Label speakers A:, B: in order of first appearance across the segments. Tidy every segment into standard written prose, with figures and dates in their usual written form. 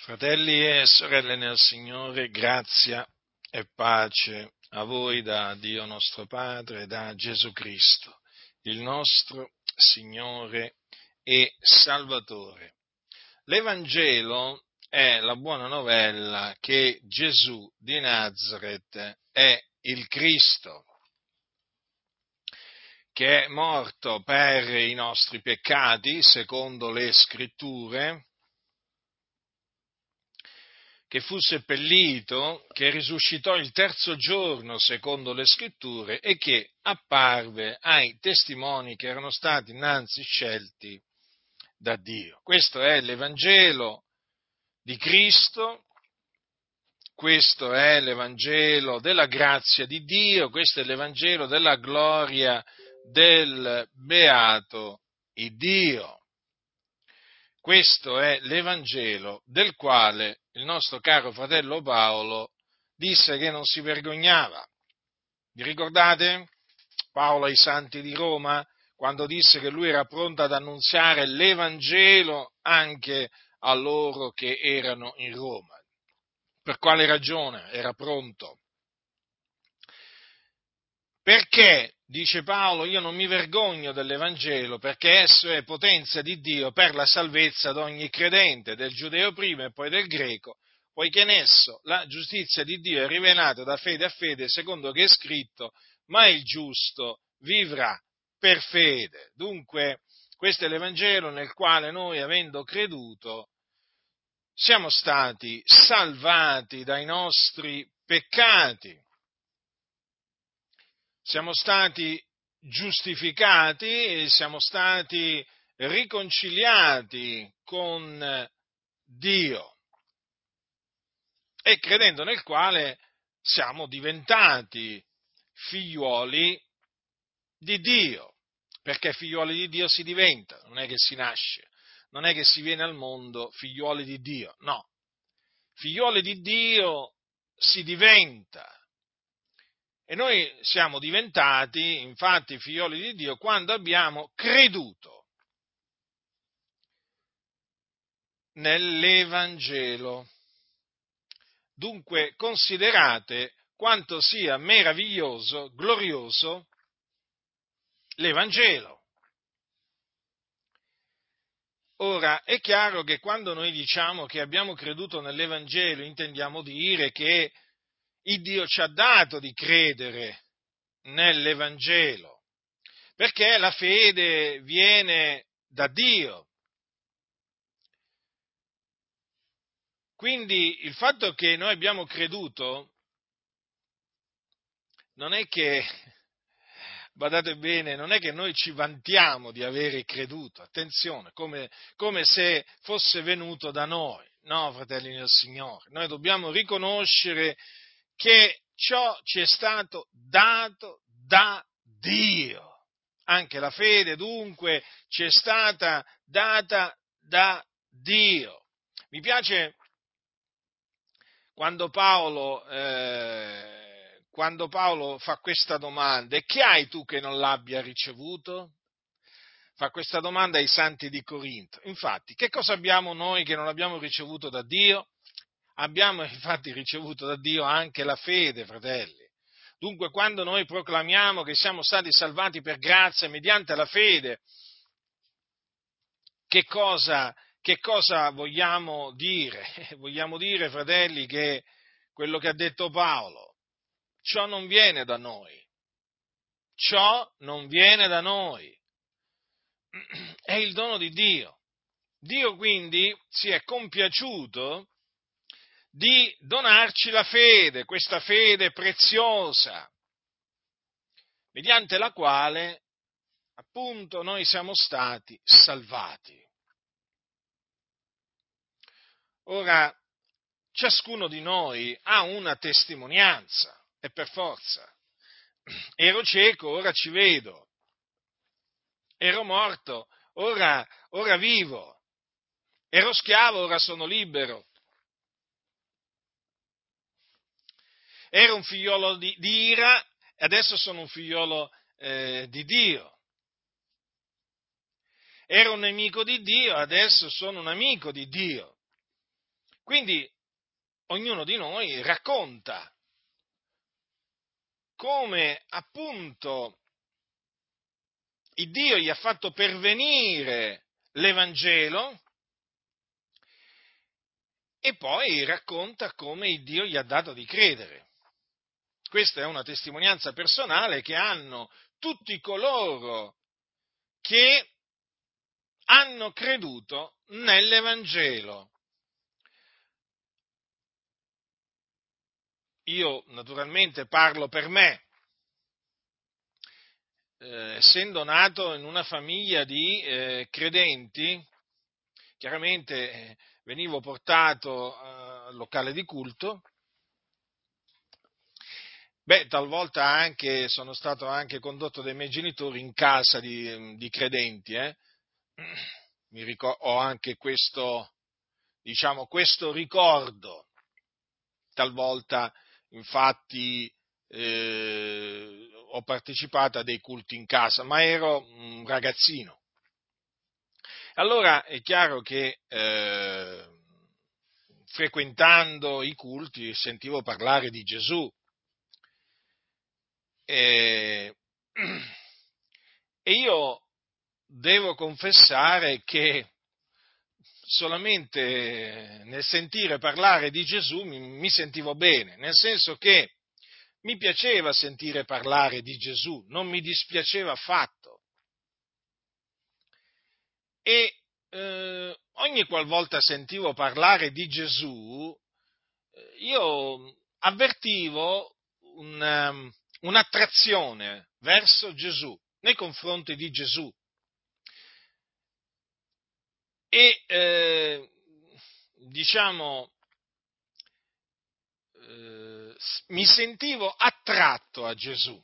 A: Fratelli e sorelle nel Signore, grazia e pace a voi da Dio nostro Padre e da Gesù Cristo, il nostro Signore e Salvatore. L'Evangelo è la buona novella che Gesù di Nazaret è il Cristo, che è morto per i nostri peccati, secondo le Scritture, che fu seppellito, che risuscitò il terzo giorno secondo le Scritture e che apparve ai testimoni che erano stati innanzi scelti da Dio. Questo è l'Evangelo di Cristo, questo è l'Evangelo della grazia di Dio, questo è l'Evangelo della gloria del beato Iddio. Questo è l'Evangelo del quale il nostro caro fratello Paolo disse che non si vergognava. Vi ricordate? Paolo ai santi di Roma, quando disse che lui era pronto ad annunziare l'Evangelo anche a loro che erano in Roma. Per quale ragione era pronto? Perché, dice Paolo, io non mi vergogno dell'Evangelo, perché esso è potenza di Dio per la salvezza di ogni credente, del giudeo prima e poi del greco, poiché in esso la giustizia di Dio è rivelata da fede a fede, secondo che è scritto, ma il giusto vivrà per fede. Dunque, questo è l'Evangelo nel quale noi, avendo creduto, siamo stati salvati dai nostri peccati. Siamo stati giustificati e siamo stati riconciliati con Dio e credendo nel quale siamo diventati figliuoli di Dio, perché figliuoli di Dio si diventa, non è che si nasce, non è che si viene al mondo figliuoli di Dio, no, figliuoli di Dio si diventa. E noi siamo diventati, infatti, figlioli di Dio quando abbiamo creduto nell'Evangelo. Dunque, considerate quanto sia meraviglioso, glorioso l'Evangelo. Ora, è chiaro che quando noi diciamo che abbiamo creduto nell'Evangelo, intendiamo dire che il Dio ci ha dato di credere nell'Evangelo, perché la fede viene da Dio. Quindi il fatto che noi abbiamo creduto non è che, badate bene, non è che noi ci vantiamo di avere creduto, attenzione, come se fosse venuto da noi. No, fratelli del Signore, noi dobbiamo riconoscere che ciò ci è stato dato da Dio. Anche la fede, dunque, ci è stata data da Dio. Mi piace quando Paolo fa questa domanda: e che hai tu che non l'abbia ricevuto? Fa questa domanda ai santi di Corinto. Infatti, che cosa abbiamo noi che non abbiamo ricevuto da Dio? Abbiamo infatti ricevuto da Dio anche la fede, fratelli. Dunque, quando noi proclamiamo che siamo stati salvati per grazia mediante la fede, che cosa vogliamo dire? Vogliamo dire, fratelli, che quello che ha detto Paolo, ciò non viene da noi. Ciò non viene da noi. È il dono di Dio. Dio quindi si è compiaciuto di donarci la fede, questa fede preziosa, mediante la quale appunto noi siamo stati salvati. Ora, ciascuno di noi ha una testimonianza, e per forza. Ero cieco, ora ci vedo. Ero morto, ora vivo. Ero schiavo, ora sono libero. Ero un figliolo di ira, e adesso sono un figliolo di Dio. Ero un nemico di Dio, adesso sono un amico di Dio. Quindi ognuno di noi racconta come appunto il Dio gli ha fatto pervenire l'Evangelo e poi racconta come il Dio gli ha dato di credere. Questa è una testimonianza personale che hanno tutti coloro che hanno creduto nell'Evangelo. Io naturalmente parlo per me, essendo nato in una famiglia di credenti, chiaramente venivo portato al locale di culto. Talvolta anche sono stato anche condotto dai miei genitori in casa di credenti, ho anche questo, questo ricordo. Talvolta, infatti, ho partecipato a dei culti in casa, ma ero un ragazzino. Allora è chiaro che frequentando i culti sentivo parlare di Gesù. E io devo confessare che solamente nel sentire parlare di Gesù mi sentivo bene, nel senso che mi piaceva sentire parlare di Gesù, non mi dispiaceva affatto. E ogni qualvolta sentivo parlare di Gesù, io avvertivo un'attrazione verso Gesù, nei confronti di Gesù. E mi sentivo attratto a Gesù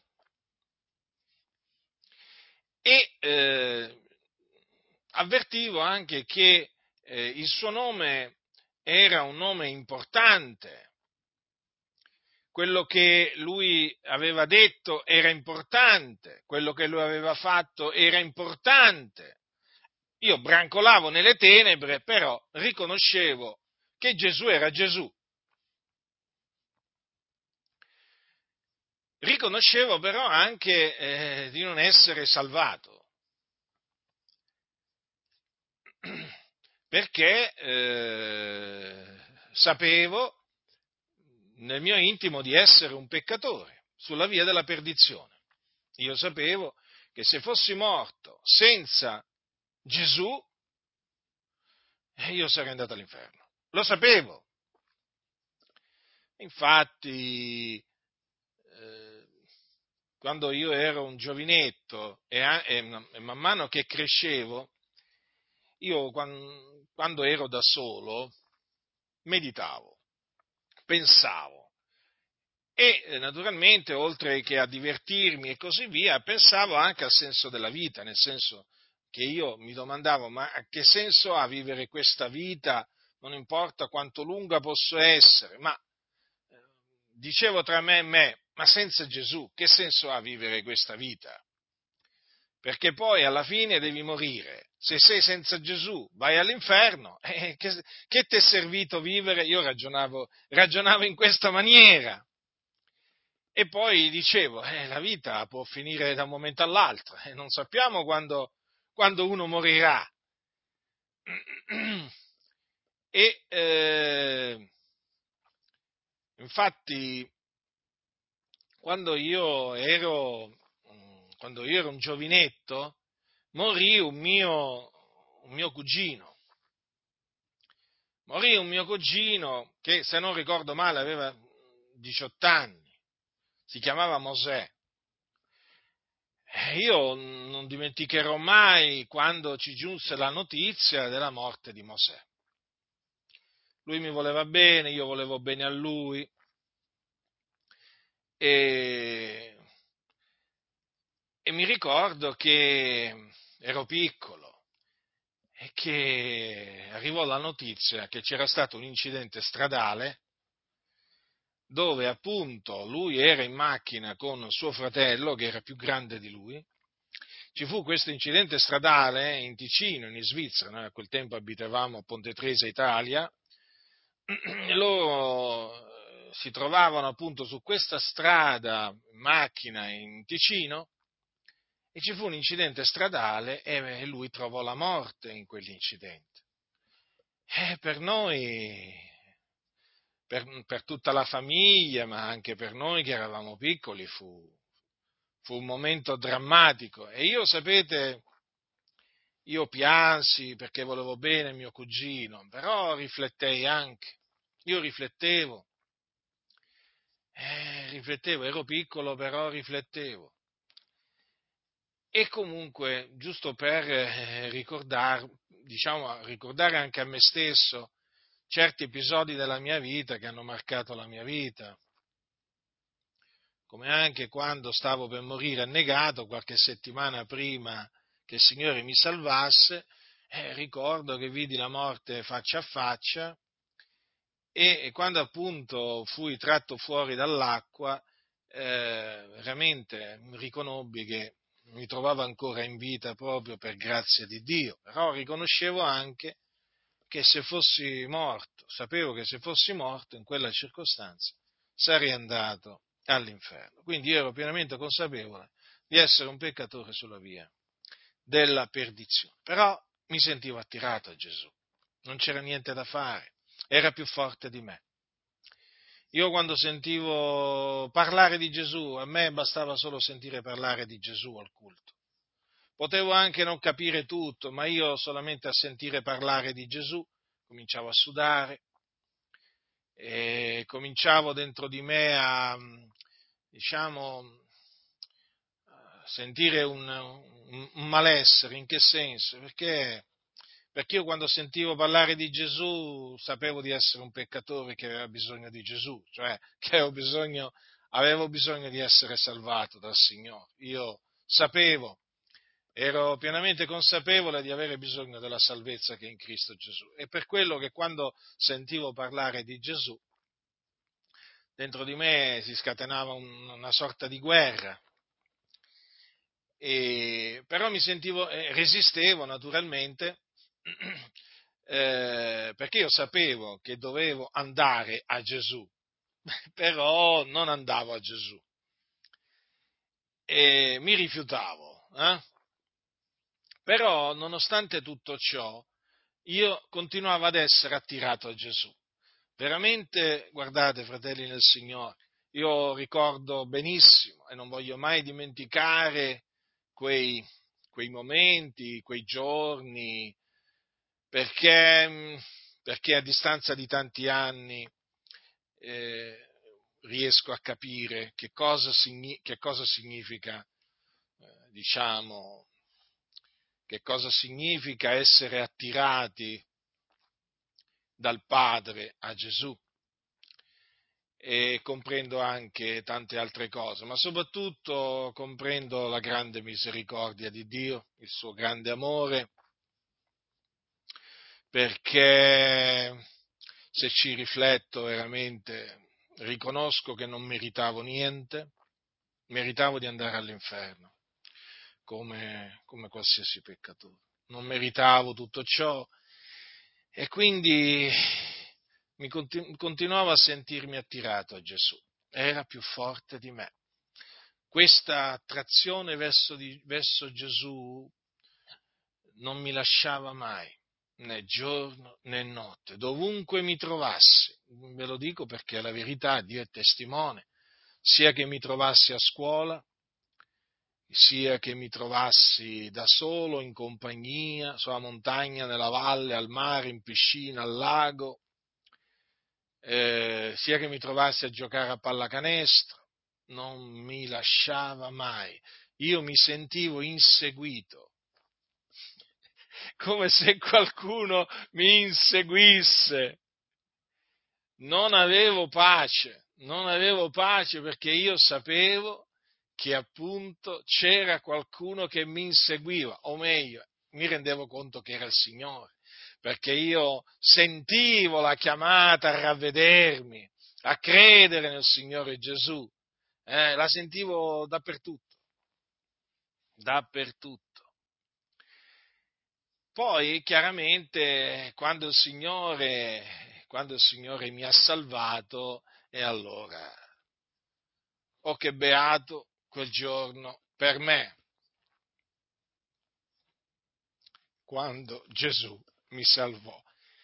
A: e avvertivo anche che il suo nome era un nome importante, quello che lui aveva detto era importante, quello che lui aveva fatto era importante. Io brancolavo nelle tenebre, però riconoscevo che Gesù era Gesù. Riconoscevo però anche di non essere salvato, perché sapevo nel mio intimo di essere un peccatore sulla via della perdizione. Io sapevo che se fossi morto senza Gesù, io sarei andato all'inferno. Lo sapevo. Infatti, quando io ero un giovinetto e man mano che crescevo, io quando ero da solo meditavo, pensavo e naturalmente oltre che a divertirmi e così via, pensavo anche al senso della vita, nel senso che io mi domandavo ma che senso ha vivere questa vita, non importa quanto lunga possa essere, ma dicevo tra me e me, ma senza Gesù che senso ha vivere questa vita? Perché poi alla fine devi morire. Se sei senza Gesù vai all'inferno. Che ti è servito vivere? Io ragionavo in questa maniera. E poi dicevo, la vita può finire da un momento all'altro, non sappiamo quando uno morirà. E infatti, quando io ero un giovinetto, morì un mio cugino. Morì un mio cugino che, se non ricordo male, aveva 18 anni. Si chiamava Mosè. Io non dimenticherò mai quando ci giunse la notizia della morte di Mosè. Lui mi voleva bene, io volevo bene a lui e mi ricordo che ero piccolo e che arrivò la notizia che c'era stato un incidente stradale dove appunto lui era in macchina con suo fratello che era più grande di lui. Ci fu questo incidente stradale in Ticino, in Svizzera, noi a quel tempo abitavamo a Ponte Tresa, Italia, loro si trovavano appunto su questa strada in macchina in Ticino e ci fu un incidente stradale e lui trovò la morte in quell'incidente. Per noi, per tutta la famiglia, ma anche per noi che eravamo piccoli, fu un momento drammatico. E io, sapete, io piansi perché volevo bene a mio cugino, però riflettei anche. Io riflettevo, ero piccolo, però riflettevo. E comunque, giusto per ricordare anche a me stesso certi episodi della mia vita che hanno marcato la mia vita, come anche quando stavo per morire annegato qualche settimana prima che il Signore mi salvasse, ricordo che vidi la morte faccia a faccia e quando appunto fui tratto fuori dall'acqua, veramente riconobbi che mi trovavo ancora in vita proprio per grazia di Dio, però riconoscevo anche che se fossi morto, sapevo che se fossi morto in quella circostanza sarei andato all'inferno. Quindi io ero pienamente consapevole di essere un peccatore sulla via della perdizione, però mi sentivo attirato a Gesù, non c'era niente da fare, era più forte di me. Io quando sentivo parlare di Gesù, a me bastava solo sentire parlare di Gesù al culto. Potevo anche non capire tutto, ma io solamente a sentire parlare di Gesù cominciavo a sudare e cominciavo dentro di me diciamo, a sentire un malessere. In che senso? Perché io quando sentivo parlare di Gesù sapevo di essere un peccatore che aveva bisogno di Gesù, cioè che avevo bisogno di essere salvato dal Signore. Io sapevo, ero pienamente consapevole di avere bisogno della salvezza che è in Cristo Gesù. E per quello che quando sentivo parlare di Gesù, dentro di me si scatenava una sorta di guerra. Però resistevo naturalmente, perché io sapevo che dovevo andare a Gesù, però non andavo a Gesù e mi rifiutavo. Però, nonostante tutto ciò, io continuavo ad essere attirato a Gesù. Veramente, guardate, fratelli nel Signore, io ricordo benissimo e non voglio mai dimenticare quei momenti, quei giorni, perché, perché a distanza di tanti anni eh, riesco a capire che cosa significa, diciamo, che cosa significa essere attirati dal Padre a Gesù e comprendo anche tante altre cose, ma soprattutto comprendo la grande misericordia di Dio, il suo grande amore, perché se ci rifletto veramente riconosco che non meritavo niente, meritavo di andare all'inferno, come qualsiasi peccatore. Non meritavo tutto ciò e quindi continuavo a sentirmi attirato a Gesù, era più forte di me. Questa attrazione verso Gesù non mi lasciava mai, né giorno né notte, dovunque mi trovassi. Ve lo dico perché la verità, Dio è testimone, sia che mi trovassi a scuola, sia che mi trovassi da solo, in compagnia, sulla montagna, nella valle, al mare, in piscina, al lago, sia che mi trovassi a giocare a pallacanestro, non mi lasciava mai. Io mi sentivo inseguito, come se qualcuno mi inseguisse. Non avevo pace perché io sapevo che appunto c'era qualcuno che mi inseguiva, o meglio, mi rendevo conto che era il Signore, perché io sentivo la chiamata a ravvedermi, a credere nel Signore Gesù, la sentivo dappertutto. Poi, chiaramente, quando quando il Signore mi ha salvato, e allora, oh che beato quel giorno per me, quando Gesù mi salvò.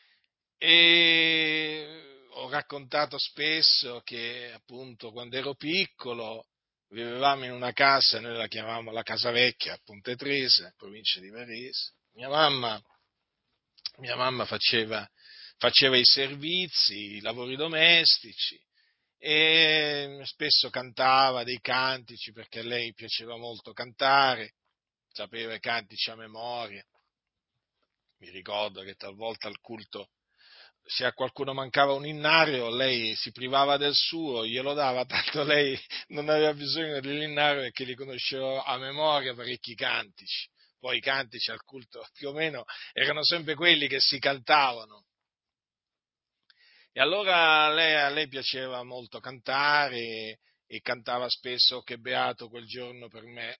A: E ho raccontato spesso che appunto quando ero piccolo vivevamo in una casa, noi la chiamavamo la Casa Vecchia a Ponte Trese, provincia di Varese. Mia mamma faceva i servizi, i lavori domestici e spesso cantava dei cantici perché a lei piaceva molto cantare, sapeva i cantici a memoria. Mi ricordo che talvolta al culto, se a qualcuno mancava un innario, lei si privava del suo, glielo dava, tanto lei non aveva bisogno dell'innario perché li conosceva a memoria parecchi cantici. Poi i cantici al culto più o meno erano sempre quelli che si cantavano. E allora a lei piaceva molto cantare e cantava spesso "Che beato quel giorno per me".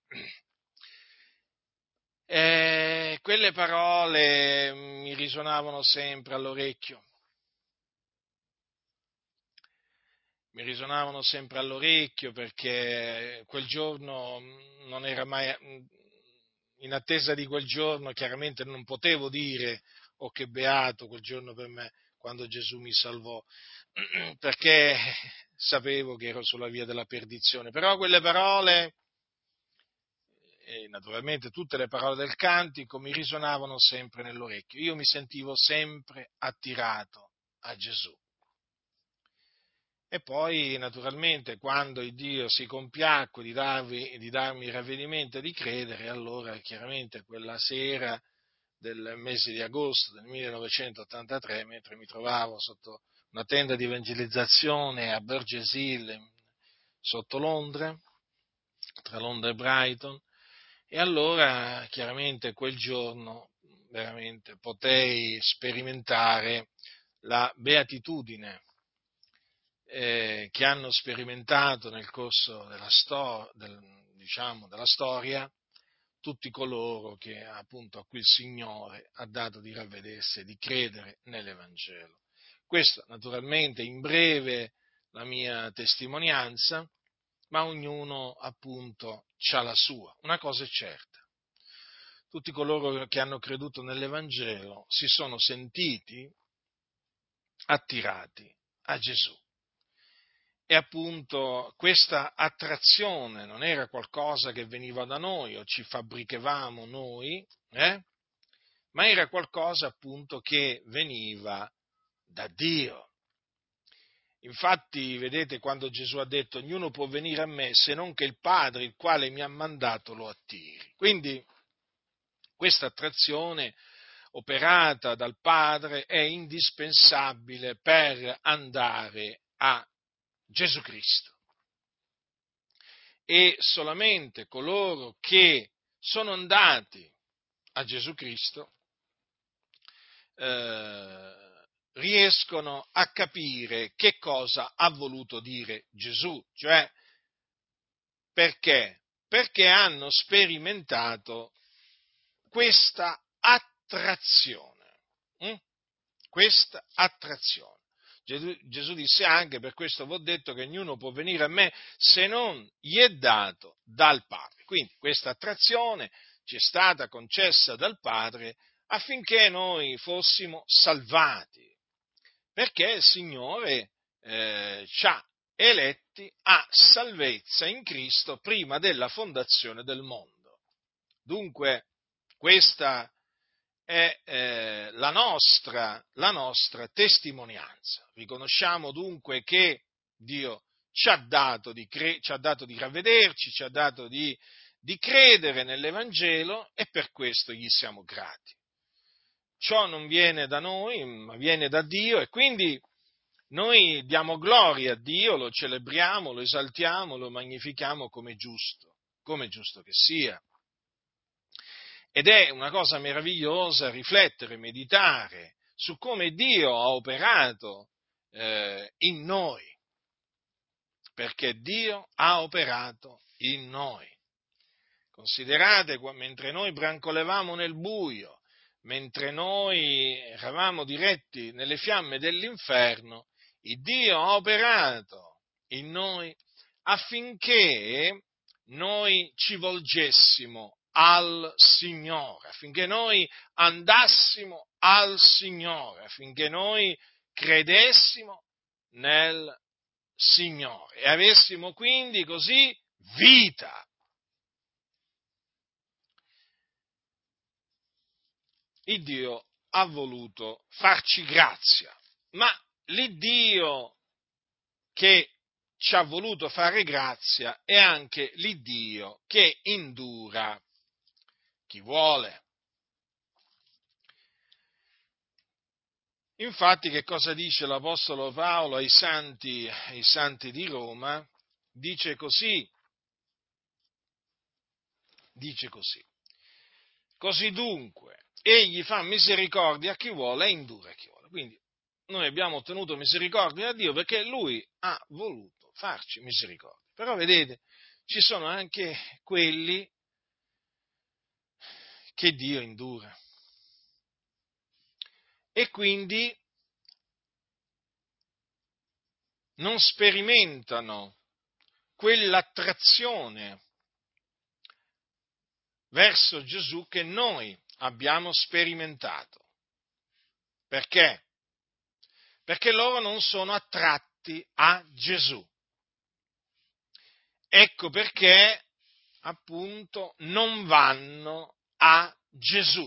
A: E quelle parole mi risuonavano sempre all'orecchio. Mi risuonavano sempre all'orecchio perché quel giorno non era mai, in attesa di quel giorno, chiaramente non potevo dire "oh che beato quel giorno per me", quando Gesù mi salvò, perché sapevo che ero sulla via della perdizione, però quelle parole, e naturalmente tutte le parole del cantico, mi risuonavano sempre nell'orecchio, io mi sentivo sempre attirato a Gesù. E poi, naturalmente, quando il Dio si compiacque di darmi il ravvedimento e di credere, allora chiaramente quella sera del mese di agosto del 1983, mentre mi trovavo sotto una tenda di evangelizzazione a Burgess Hill, sotto Londra, tra Londra e Brighton, e allora chiaramente quel giorno veramente potei sperimentare la beatitudine che hanno sperimentato nel corso della storia tutti coloro che appunto a cui il Signore ha dato di ravvedersi e di credere nell'Evangelo. Questa naturalmente in breve la mia testimonianza, ma ognuno appunto ha la sua. Una cosa è certa: tutti coloro che hanno creduto nell'Evangelo si sono sentiti attirati a Gesù. E appunto questa attrazione non era qualcosa che veniva da noi o ci fabbrichevamo noi, ma era qualcosa appunto che veniva da Dio. Infatti, vedete, quando Gesù ha detto "ognuno può venire a me se non che il Padre, il quale mi ha mandato, lo attiri". Quindi questa attrazione operata dal Padre è indispensabile per andare a Gesù Cristo. E solamente coloro che sono andati a Gesù Cristo riescono a capire che cosa ha voluto dire Gesù, cioè perché? Perché hanno sperimentato questa attrazione. Questa attrazione. Gesù disse anche: "Per questo vi ho detto che ognuno può venire a me se non gli è dato dal Padre". Quindi questa attrazione ci è stata concessa dal Padre affinché noi fossimo salvati, perché il Signore ci ha eletti a salvezza in Cristo prima della fondazione del mondo. Dunque, questa è la nostra testimonianza. Riconosciamo dunque che Dio ci ha dato di ravvederci, ci ha dato di credere nell'Evangelo, e per questo gli siamo grati. Ciò non viene da noi, ma viene da Dio, e quindi noi diamo gloria a Dio, lo celebriamo, lo esaltiamo, lo magnifichiamo come giusto che sia. Ed è una cosa meravigliosa riflettere, meditare su come Dio ha operato in noi, perché Dio ha operato in noi. Considerate, mentre noi brancolevamo nel buio, mentre noi eravamo diretti nelle fiamme dell'inferno, il Dio ha operato in noi affinché noi ci volgessimo al Signore, affinché noi andassimo al Signore, affinché noi credessimo nel Signore e avessimo quindi così vita. Il Dio ha voluto farci grazia, ma l'Iddio che ci ha voluto fare grazia è anche l'Iddio che indura chi vuole. Infatti, che cosa dice l'Apostolo Paolo ai santi di Roma? Dice così. Così dunque, egli fa misericordia a chi vuole e indura a chi vuole. Quindi noi abbiamo ottenuto misericordia da Dio perché Lui ha voluto farci misericordia. Però vedete, ci sono anche quelli che Dio indura. E quindi non sperimentano quell'attrazione verso Gesù che noi abbiamo sperimentato. Perché? Perché loro non sono attratti a Gesù. Ecco perché, appunto, non vanno a Gesù.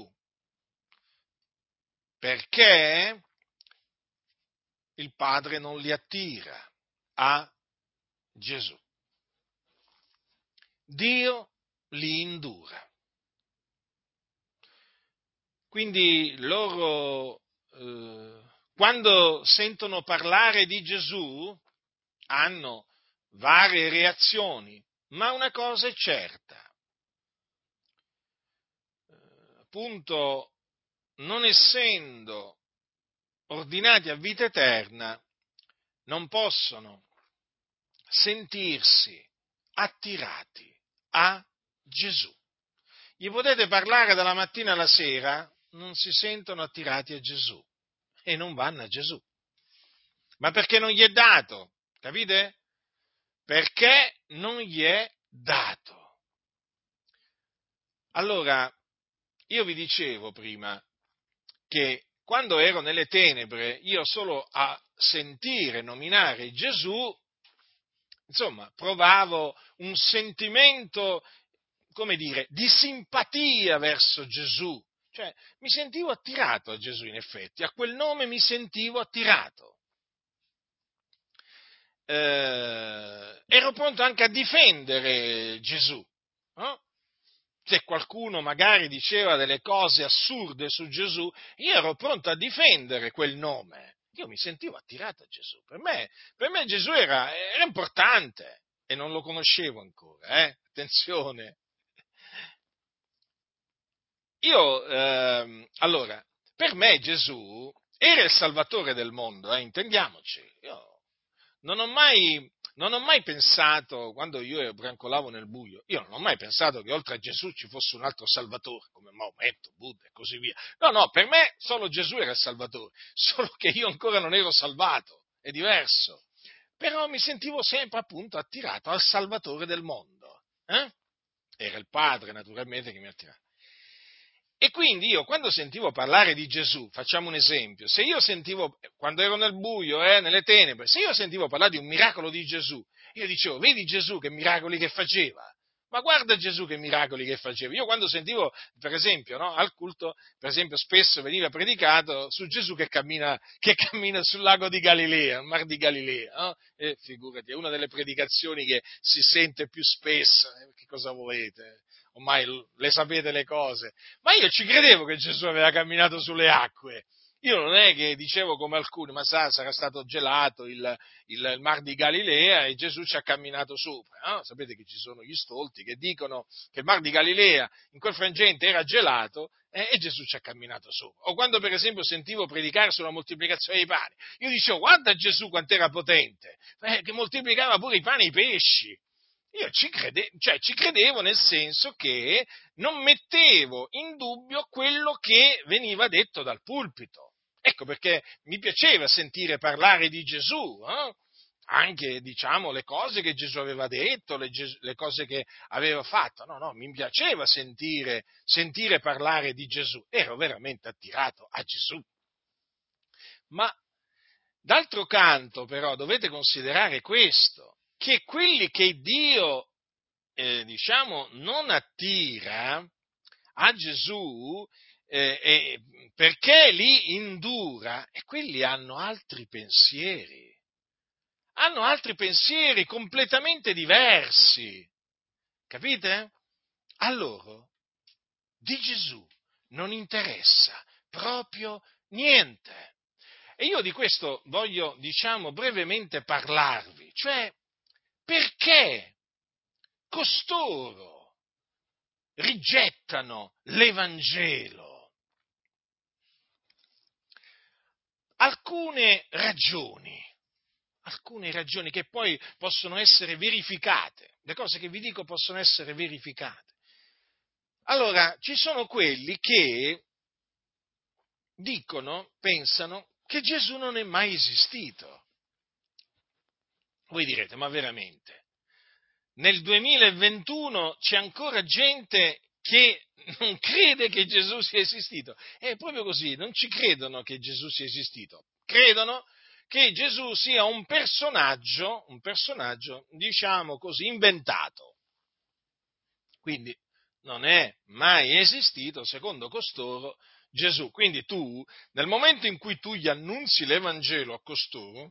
A: Perché il Padre non li attira a Gesù. Dio li indura. Quindi loro, quando sentono parlare di Gesù, hanno varie reazioni, ma una cosa è certa, appunto, non essendo ordinati a vita eterna, non possono sentirsi attirati a Gesù. Gli potete parlare dalla mattina alla sera, non si sentono attirati a Gesù e non vanno a Gesù. Ma perché non gli è dato, capite? Perché non gli è dato. Allora, io vi dicevo prima che quando ero nelle tenebre, io solo a sentire nominare Gesù, insomma, provavo un sentimento, come dire, di simpatia verso Gesù. Cioè, mi sentivo attirato a Gesù, in effetti, a quel nome mi sentivo attirato. Ero pronto anche a difendere Gesù, no? Se qualcuno magari diceva delle cose assurde su Gesù, io ero pronto a difendere quel nome. Io mi sentivo attirato a Gesù. Per me Gesù era importante e non lo conoscevo ancora, attenzione. Allora, per me Gesù era il Salvatore del mondo, intendiamoci. Io non ho mai pensato, quando io brancolavo nel buio, io non ho mai pensato che oltre a Gesù ci fosse un altro Salvatore, come Maometto, Buddha e così via. No, per me solo Gesù era il Salvatore, solo che io ancora non ero salvato, è diverso. Però mi sentivo sempre appunto attirato al Salvatore del mondo. Era il Padre naturalmente che mi attirava. E quindi io quando sentivo parlare di Gesù, facciamo un esempio, se io sentivo, quando ero nel buio, nelle tenebre, se io sentivo parlare di un miracolo di Gesù, io dicevo, vedi Gesù che miracoli che faceva? Ma guarda Gesù che miracoli che faceva. Io quando sentivo, per esempio, no, al culto, per esempio, spesso veniva predicato su Gesù che cammina sul lago di Galilea, il mar di Galilea, no? E figurati, è una delle predicazioni che si sente più spesso, che cosa volete? Ormai le sapete le cose. Ma io ci credevo che Gesù aveva camminato sulle acque. Io non è che dicevo come alcuni, ma sarà stato gelato il mar di Galilea e Gesù ci ha camminato sopra. No? Sapete che ci sono gli stolti che dicono che il mar di Galilea in quel frangente era gelato e Gesù ci ha camminato sopra. O quando per esempio sentivo predicare sulla moltiplicazione dei pani, io dicevo guarda Gesù quanto era potente, che moltiplicava pure i pani e i pesci. Io ci credevo nel senso che non mettevo in dubbio quello che veniva detto dal pulpito. Ecco perché mi piaceva sentire parlare di Gesù, anche, diciamo, le cose che Gesù aveva detto, le cose che aveva fatto. No, mi piaceva sentire parlare di Gesù. Ero veramente attirato a Gesù. Ma d'altro canto, però, dovete considerare questo, che quelli che Dio, diciamo, non attira a Gesù, perché li indura, e quelli hanno altri pensieri completamente diversi, capite? A loro di Gesù non interessa proprio niente. E io di questo voglio, diciamo, brevemente parlarvi, cioè perché costoro rigettano l'Evangelo. Alcune ragioni che poi possono essere verificate, le cose che vi dico possono essere verificate. Allora, ci sono quelli che pensano che Gesù non è mai esistito. Voi direte, ma veramente? Nel 2021 c'è ancora gente che non crede che Gesù sia esistito. È proprio così, non ci credono che Gesù sia esistito. Credono che Gesù sia un personaggio, diciamo così, inventato. Quindi non è mai esistito, secondo costoro, Gesù. Quindi tu, nel momento in cui tu gli annunzi l'Evangelo a costoro,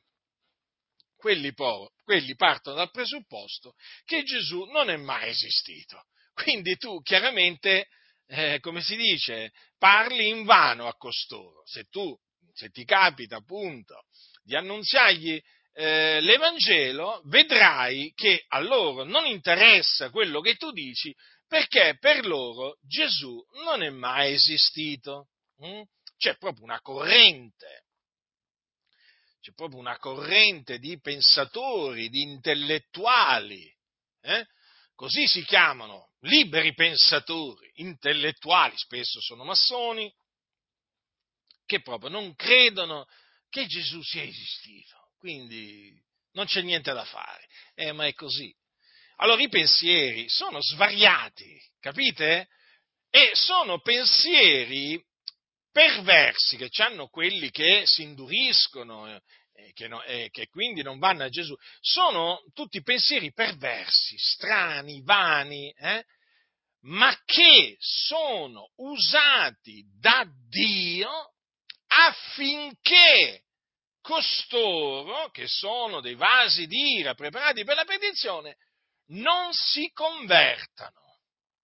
A: quelli partono dal presupposto che Gesù non è mai esistito. Quindi tu chiaramente, come si dice, parli in vano a costoro. Se ti capita appunto di annunziargli l'Evangelo, vedrai che a loro non interessa quello che tu dici, perché per loro Gesù non è mai esistito. C'è proprio una corrente. C'è proprio una corrente di pensatori, di intellettuali, così si chiamano, liberi pensatori, intellettuali, spesso sono massoni, che proprio non credono che Gesù sia esistito, quindi non c'è niente da fare, ma è così. Allora i pensieri sono svariati, capite? E sono pensieri perversi che hanno quelli che si induriscono che quindi non vanno a Gesù. Sono tutti pensieri perversi, strani, vani, ma che sono usati da Dio affinché costoro, che sono dei vasi d'ira preparati per la perdizione, non si convertano.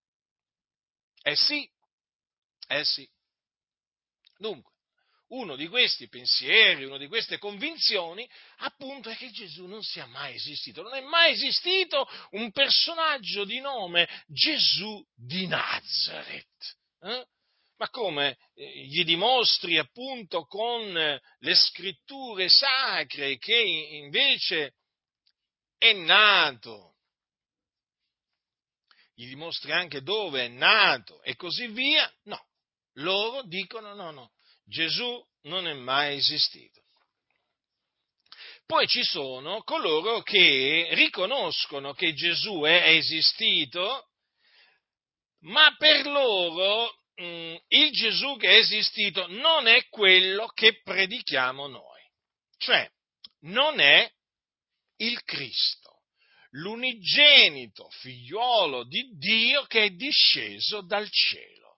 A: Sì, sì. Dunque, uno di questi pensieri, una di queste convinzioni, appunto, è che Gesù non sia mai esistito. Non è mai esistito un personaggio di nome Gesù di Nazareth. Ma come gli dimostri appunto con le scritture sacre che invece è nato, gli dimostri anche dove è nato e così via? No, loro dicono no, Gesù non è mai esistito. Poi ci sono coloro che riconoscono che Gesù è esistito, ma per loro il Gesù che è esistito non è quello che predichiamo noi, cioè non è il Cristo, l'unigenito figliuolo di Dio che è disceso dal cielo.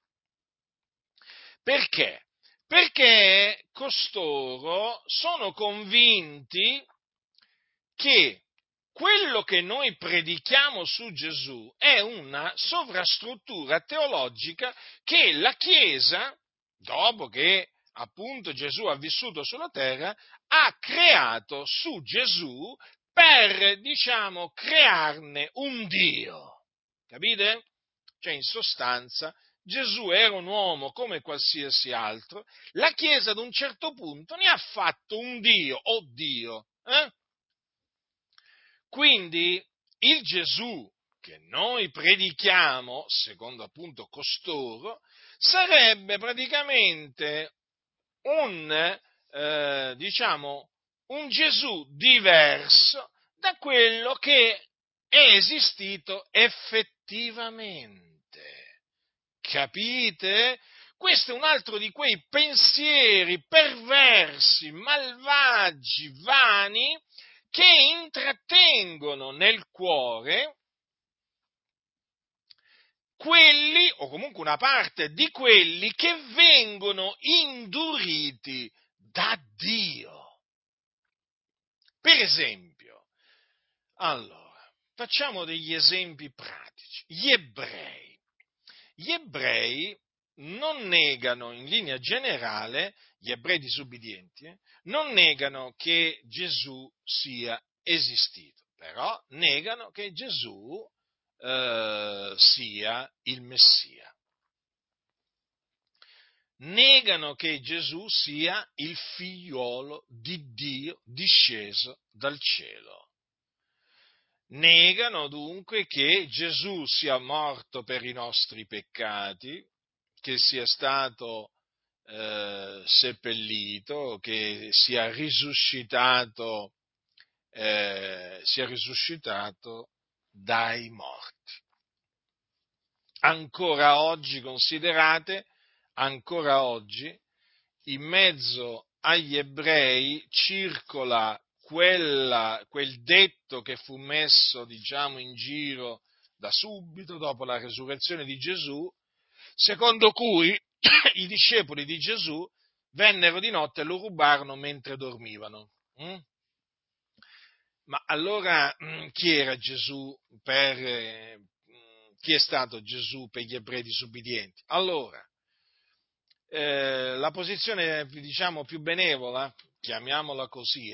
A: Perché? Perché costoro sono convinti che quello che noi predichiamo su Gesù è una sovrastruttura teologica che la Chiesa, dopo che appunto Gesù ha vissuto sulla terra, ha creato su Gesù per, diciamo, crearne un Dio. Capite? Cioè, in sostanza, Gesù era un uomo come qualsiasi altro, la Chiesa ad un certo punto ne ha fatto un Dio, o Dio. Quindi il Gesù che noi predichiamo, secondo appunto costoro, sarebbe praticamente diciamo, un Gesù diverso da quello che è esistito effettivamente. Capite? Questo è un altro di quei pensieri perversi, malvagi, vani, che intrattengono nel cuore quelli, o comunque una parte di quelli, che vengono induriti da Dio. Per esempio, allora, facciamo degli esempi pratici. Gli ebrei non negano, in linea generale, gli ebrei disubbidienti, non negano che Gesù sia esistito, però negano che Gesù sia il Messia. Negano che Gesù sia il figliuolo di Dio disceso dal cielo. Negano dunque che Gesù sia morto per i nostri peccati, che sia stato seppellito, che sia risuscitato dai morti. Ancora oggi, considerate, ancora oggi, in mezzo agli ebrei circola quel detto che fu messo, diciamo, in giro da subito dopo la resurrezione di Gesù, secondo cui i discepoli di Gesù vennero di notte e lo rubarono mentre dormivano. Ma allora chi era Gesù chi è stato Gesù per gli ebrei disubbidienti? Allora, la posizione, diciamo, più benevola, chiamiamola così,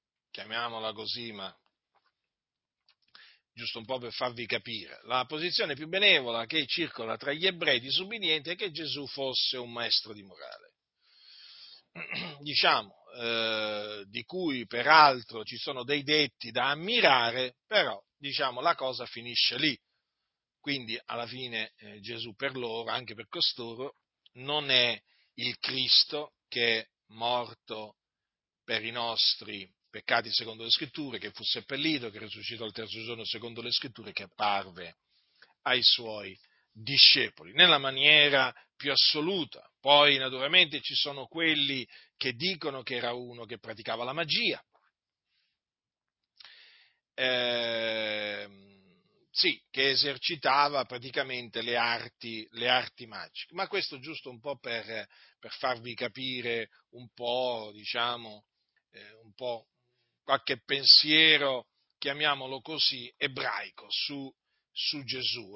A: ma giusto un po' per farvi capire, la posizione più benevola che circola tra gli ebrei disubbidienti è che Gesù fosse un maestro di morale. Diciamo, di cui peraltro ci sono dei detti da ammirare, però diciamo la cosa finisce lì. Quindi alla fine Gesù per loro, anche per costoro, non è il Cristo che è morto per i nostri peccati secondo le scritture, che fu seppellito, che risuscitò il terzo giorno secondo le scritture, che apparve ai suoi discepoli, nella maniera più assoluta. Poi naturalmente ci sono quelli che dicono che era uno che praticava la magia, sì, che esercitava praticamente le arti magiche, ma questo giusto un po' per farvi capire un po', diciamo, un po' qualche pensiero, chiamiamolo così, ebraico su Gesù.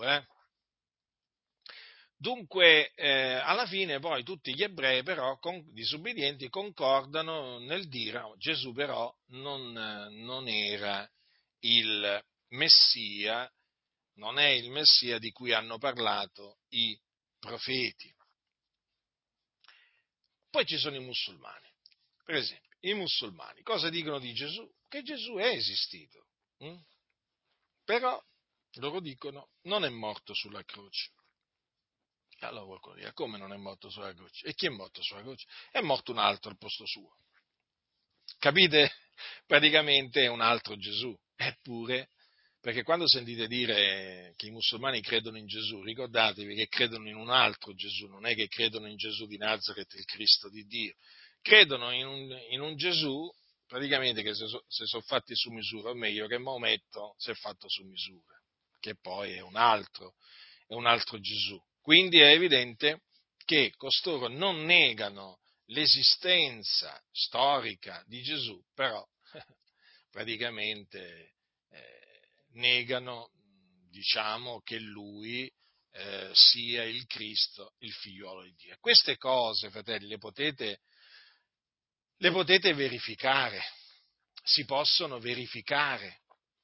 A: Dunque, alla fine poi tutti gli ebrei però, disubbidienti, concordano nel dire che Gesù però non era il Messia, non è il Messia di cui hanno parlato i profeti. Poi ci sono i musulmani. Per esempio, i musulmani cosa dicono di Gesù? Che Gesù è esistito, però loro dicono non è morto sulla croce. Allora qualcuno dirà, come non è morto sulla croce? E chi è morto sulla croce? È morto un altro al posto suo. Capite? Praticamente è un altro Gesù. Eppure, perché quando sentite dire che i musulmani credono in Gesù, ricordatevi che credono in un altro Gesù, non è che credono in Gesù di Nazaret, il Cristo di Dio. Credono in un Gesù, praticamente, che se sono fatti su misura, o meglio, che Maometto si è fatto su misura, che poi è un altro Gesù. Quindi è evidente che costoro non negano l'esistenza storica di Gesù, però praticamente negano, diciamo, che lui sia il Cristo, il figliuolo di Dio. Queste cose, fratelli, le potete verificare, si possono verificare.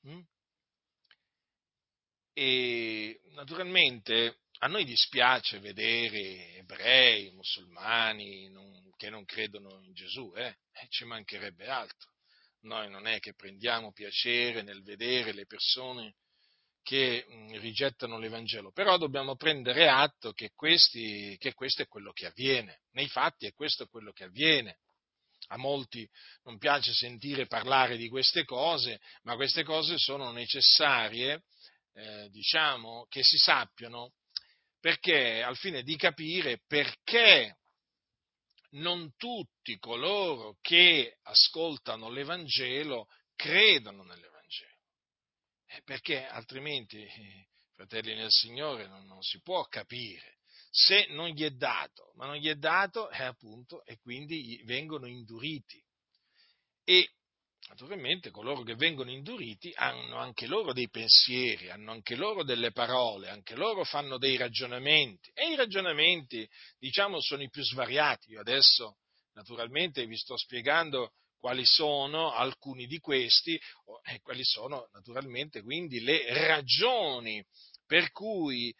A: E naturalmente a noi dispiace vedere ebrei, musulmani che non credono in Gesù, ci mancherebbe altro. Noi non è che prendiamo piacere nel vedere le persone che rigettano l'Evangelo, però dobbiamo prendere atto che questo è quello che avviene, nei fatti è questo quello che avviene. A molti non piace sentire parlare di queste cose, ma queste cose sono necessarie, diciamo, che si sappiano, perché al fine di capire perché non tutti coloro che ascoltano l'Evangelo credono nell'Evangelo. Perché altrimenti, fratelli nel Signore, non si può capire. Se non gli è dato, ma non gli è dato, appunto, e quindi vengono induriti. E naturalmente coloro che vengono induriti hanno anche loro dei pensieri, hanno anche loro delle parole, anche loro fanno dei ragionamenti, e i ragionamenti, diciamo, sono i più svariati. Io adesso, naturalmente, vi sto spiegando quali sono alcuni di questi, e quali sono naturalmente quindi le ragioni per cui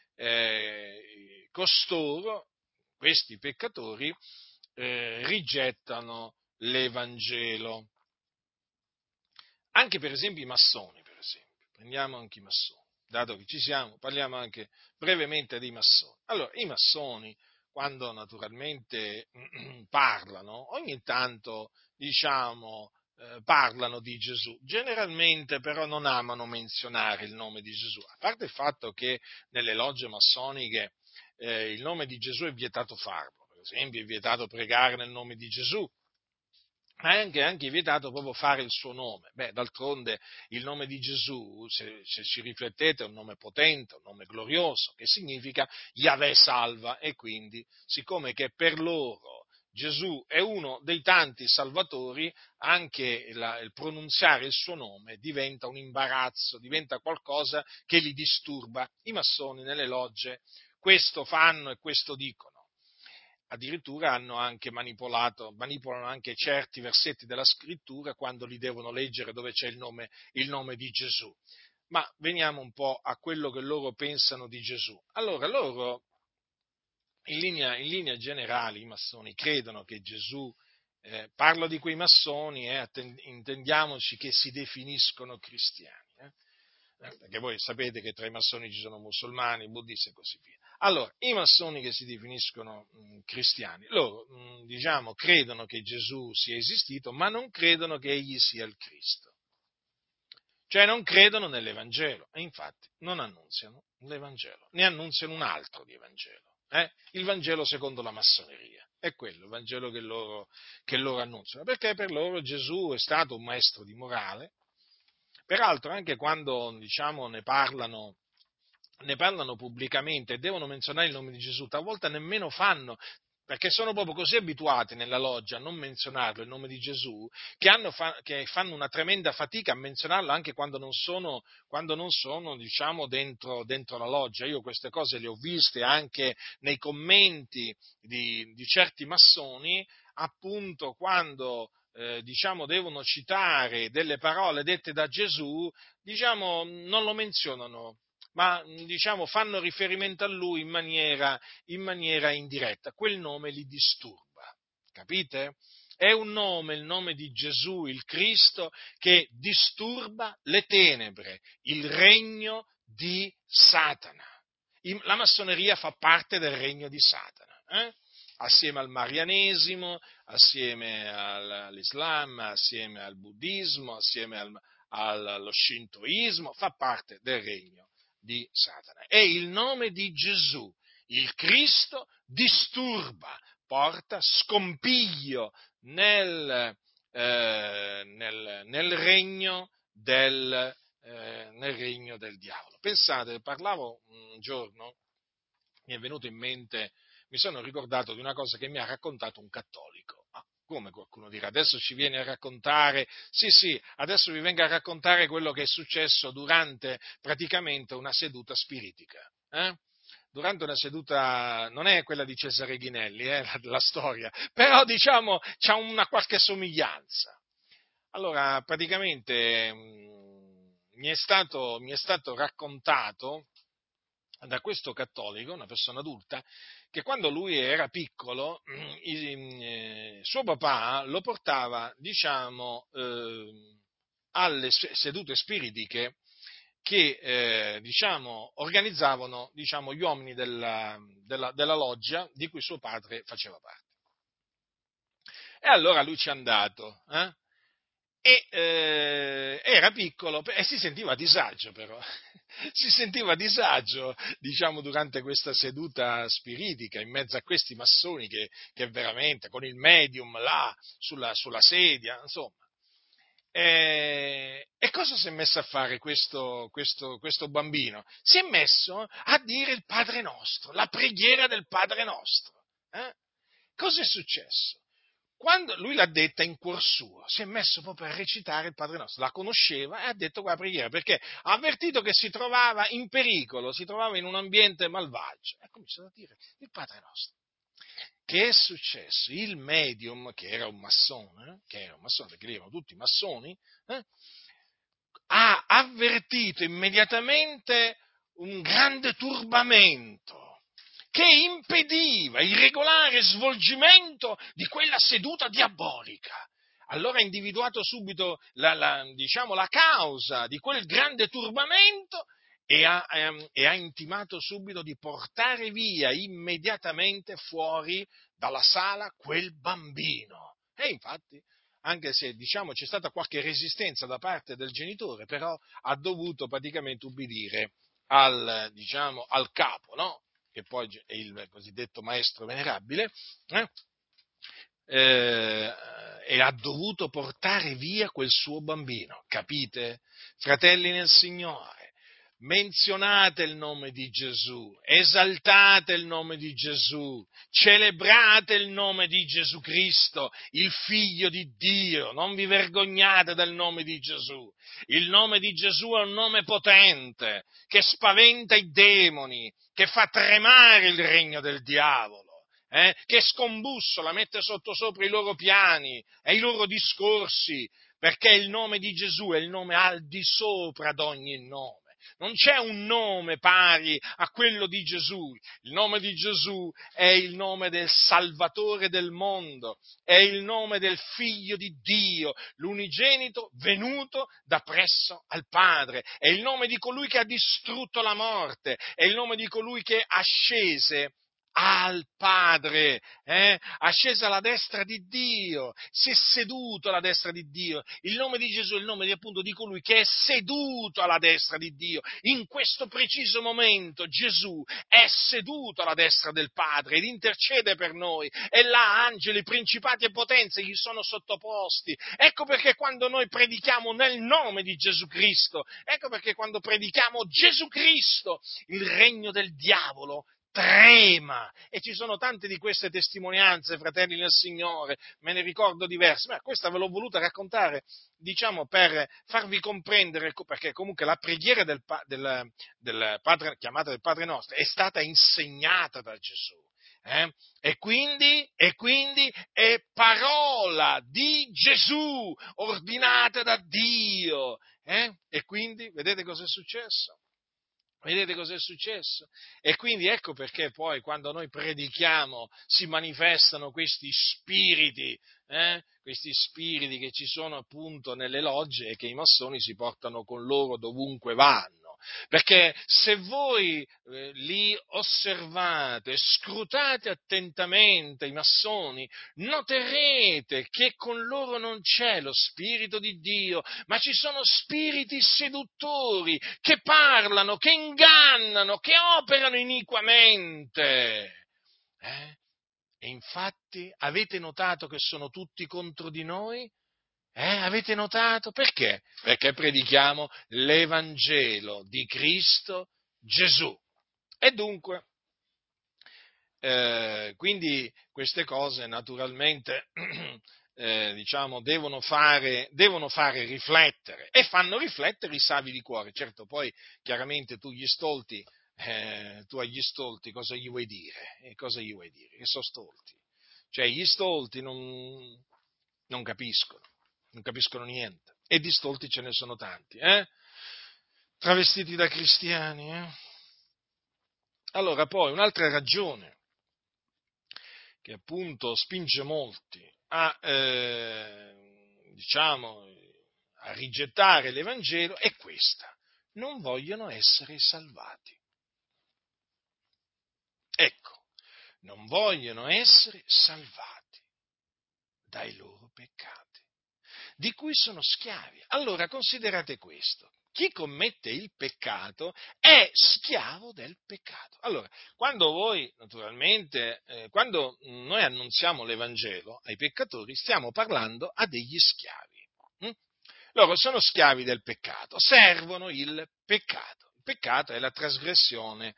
A: costoro, questi peccatori, rigettano l'Evangelo. Anche per esempio i massoni, per esempio. Prendiamo anche i massoni. Dato che ci siamo, parliamo anche brevemente dei massoni. Allora, i massoni, quando naturalmente parlano, ogni tanto, diciamo, parlano di Gesù. Generalmente però non amano menzionare il nome di Gesù. A parte il fatto che nelle logge massoniche il nome di Gesù è vietato farlo. Per esempio, è vietato pregare nel nome di Gesù, ma è anche vietato proprio fare il suo nome. D'altronde il nome di Gesù, se ci riflettete, è un nome potente, un nome glorioso, che significa Yahweh salva, e quindi, siccome che per loro Gesù è uno dei tanti salvatori, anche il pronunziare il suo nome diventa un imbarazzo, diventa qualcosa che li disturba. I massoni nelle logge questo fanno e questo dicono. Addirittura hanno anche manipolano anche certi versetti della scrittura quando li devono leggere dove c'è il nome di Gesù. Ma veniamo un po' a quello che loro pensano di Gesù. Allora, loro, in linea generale, i massoni credono che Gesù, parlo di quei massoni, intendiamoci che si definiscono cristiani. Perché voi sapete che tra i massoni ci sono musulmani, buddisti e così via. Allora, i massoni che si definiscono cristiani, loro diciamo credono che Gesù sia esistito, ma non credono che egli sia il Cristo. Cioè non credono nell'Evangelo, e infatti non annunziano l'Evangelo, ne annunziano un altro di Evangelo, il Vangelo secondo la massoneria. È quello il Vangelo che loro annunziano, perché per loro Gesù è stato un maestro di morale. Peraltro anche quando, diciamo, ne parlano pubblicamente e devono menzionare il nome di Gesù, talvolta nemmeno fanno, perché sono proprio così abituati nella loggia a non menzionarlo, il nome di Gesù, che fanno una tremenda fatica a menzionarlo anche quando non sono, diciamo, dentro la loggia. Io queste cose le ho viste anche nei commenti di certi massoni, appunto quando diciamo, devono citare delle parole dette da Gesù, diciamo, non lo menzionano, ma diciamo, fanno riferimento a lui in maniera indiretta. Quel nome li disturba, capite? È un nome, il nome di Gesù, il Cristo, che disturba le tenebre, il regno di Satana. La massoneria fa parte del regno di Satana, assieme al marianesimo, assieme all'Islam, assieme al buddismo, assieme allo scintoismo, fa parte del regno di Satana. E il nome di Gesù, il Cristo, disturba, porta scompiglio nel regno nel regno del diavolo. Pensate, parlavo un giorno, mi è venuto in mente, mi sono ricordato di una cosa che mi ha raccontato un cattolico. Ma come, qualcuno dirà, adesso ci viene a raccontare, sì, adesso vi vengo a raccontare quello che è successo durante praticamente una seduta spiritica. Durante una seduta, non è quella di Cesare Ghinelli, la storia, però diciamo c'ha una qualche somiglianza. Allora, praticamente mi è stato raccontato da questo cattolico, una persona adulta, che quando lui era piccolo, suo papà lo portava, diciamo, alle sedute spiritiche che organizzavano gli uomini della loggia di cui suo padre faceva parte. E allora lui ci è andato, era piccolo e si sentiva a disagio però, si sentiva a disagio, durante questa seduta spiritica, in mezzo a questi massoni che veramente, con il medium là, sulla sedia, insomma. E cosa si è messo a fare questo bambino? Si è messo a dire il Padre Nostro, la preghiera del Padre Nostro. Cosa è successo? Quando lui l'ha detta in cuor suo, si è messo proprio a recitare il Padre Nostro, la conosceva e ha detto quella preghiera, perché ha avvertito che si trovava in pericolo, si trovava in un ambiente malvagio, e ha cominciato a dire il Padre Nostro. Che è successo? Il medium, che era un massone, perché lì erano tutti massoni, ha avvertito immediatamente un grande turbamento che impediva il regolare svolgimento di quella seduta diabolica. Allora ha individuato subito la causa di quel grande turbamento e ha intimato subito di portare via immediatamente fuori dalla sala quel bambino. E infatti, anche se c'è stata qualche resistenza da parte del genitore, però ha dovuto praticamente ubbidire al capo, no? Che poi è il cosiddetto maestro venerabile, e ha dovuto portare via quel suo bambino, capite? Fratelli nel Signore, menzionate il nome di Gesù, esaltate il nome di Gesù, celebrate il nome di Gesù Cristo, il Figlio di Dio, non vi vergognate del nome di Gesù. Il nome di Gesù è un nome potente, che spaventa i demoni, che fa tremare il regno del diavolo. Che scombussola, mette sottosopra i loro piani e i loro discorsi, perché il nome di Gesù è il nome al di sopra ad ogni nome. Non c'è un nome pari a quello di Gesù. Il nome di Gesù è il nome del Salvatore del mondo, è il nome del Figlio di Dio, l'unigenito venuto da presso al Padre, è il nome di colui che ha distrutto la morte, è il nome di colui che ascese al Padre, ascese alla destra di Dio, si è seduto alla destra di Dio. Il nome di Gesù è il nome appunto di colui che è seduto alla destra di Dio. In questo preciso momento Gesù è seduto alla destra del Padre ed intercede per noi, e là angeli, principati e potenze gli sono sottoposti. Ecco perché quando noi predichiamo nel nome di Gesù Cristo, ecco perché quando predichiamo Gesù Cristo, il regno del diavolo trema, e ci sono tante di queste testimonianze, fratelli nel Signore, me ne ricordo diverse, ma questa ve l'ho voluta raccontare, per farvi comprendere, perché comunque la preghiera del Padre, chiamata del Padre Nostro, è stata insegnata da Gesù. E quindi è parola di Gesù, ordinata da Dio. E quindi, vedete cosa è successo? Vedete cos'è successo? E quindi ecco perché poi quando noi predichiamo si manifestano questi spiriti che ci sono appunto nelle logge e che i massoni si portano con loro dovunque vanno. Perché se voi li osservate, scrutate attentamente i massoni, noterete che con loro non c'è lo Spirito di Dio, ma ci sono spiriti seduttori che parlano, che ingannano, che operano iniquamente. E infatti avete notato che sono tutti contro di noi? Avete notato? Perché? Perché predichiamo l'Evangelo di Cristo Gesù. E dunque, quindi queste cose naturalmente devono fare riflettere, e fanno riflettere i savi di cuore. Certo, poi chiaramente tu agli stolti cosa gli vuoi dire? Cosa gli vuoi dire? Che sono stolti. Cioè gli stolti non capiscono niente, e di stolti ce ne sono tanti, travestiti da cristiani. Allora poi un'altra ragione che appunto spinge molti a rigettare l'Evangelo è questa: non vogliono essere salvati. Ecco, non vogliono essere salvati dai loro peccati, di cui sono schiavi. Allora considerate questo. Chi commette il peccato è schiavo del peccato. Allora, quando voi, naturalmente, quando noi annunziamo l'Evangelo ai peccatori, stiamo parlando a degli schiavi. Loro sono schiavi del peccato, servono il peccato. Il peccato è la trasgressione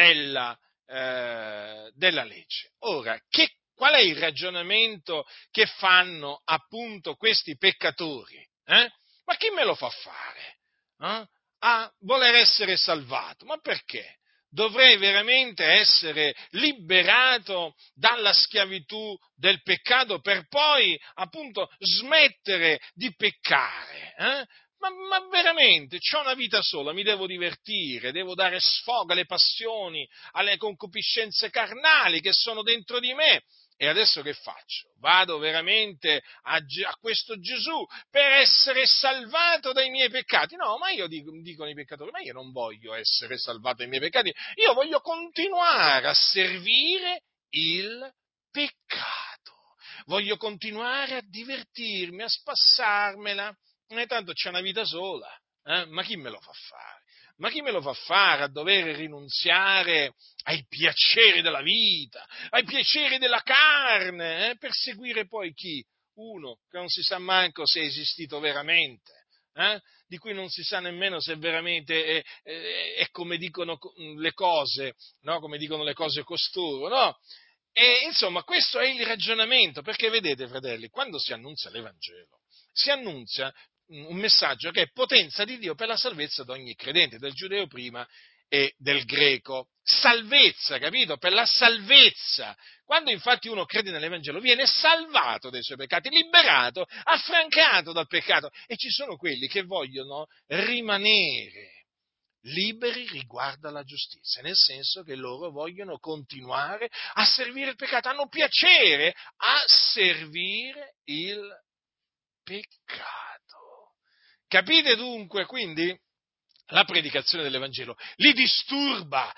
A: della legge. Ora, qual è il ragionamento che fanno appunto questi peccatori? Ma chi me lo fa fare? A voler essere salvato? Ma perché? Dovrei veramente essere liberato dalla schiavitù del peccato per poi appunto smettere di peccare? Ma veramente, c'ho una vita sola, mi devo divertire, devo dare sfogo alle passioni, alle concupiscenze carnali che sono dentro di me. E adesso che faccio? Vado veramente a questo Gesù per essere salvato dai miei peccati? No, ma io dicono i peccatori, ma io non voglio essere salvato dai miei peccati, io voglio continuare a servire il peccato. Voglio continuare a divertirmi, a spassarmela. Non è tanto, c'è una vita sola, ma chi me lo fa fare? Ma chi me lo fa fare a dover rinunziare ai piaceri della vita, ai piaceri della carne, per seguire poi chi? Uno che non si sa manco se è esistito veramente, di cui non si sa nemmeno se veramente è come dicono le cose, no? Come dicono le cose costoro, no? E insomma, questo è il ragionamento, perché vedete, fratelli, quando si annunzia l'Evangelo, si annunzia un messaggio che è potenza di Dio per la salvezza di ogni credente, del giudeo prima e del greco. Salvezza, capito? Per la salvezza. Quando infatti uno crede nell'Evangelo viene salvato dai suoi peccati, liberato, affrancato dal peccato. E ci sono quelli che vogliono rimanere liberi riguardo alla giustizia, nel senso che loro vogliono continuare a servire il peccato, hanno piacere a servire il peccato. Capite dunque, quindi? La predicazione dell'Evangelo li disturba,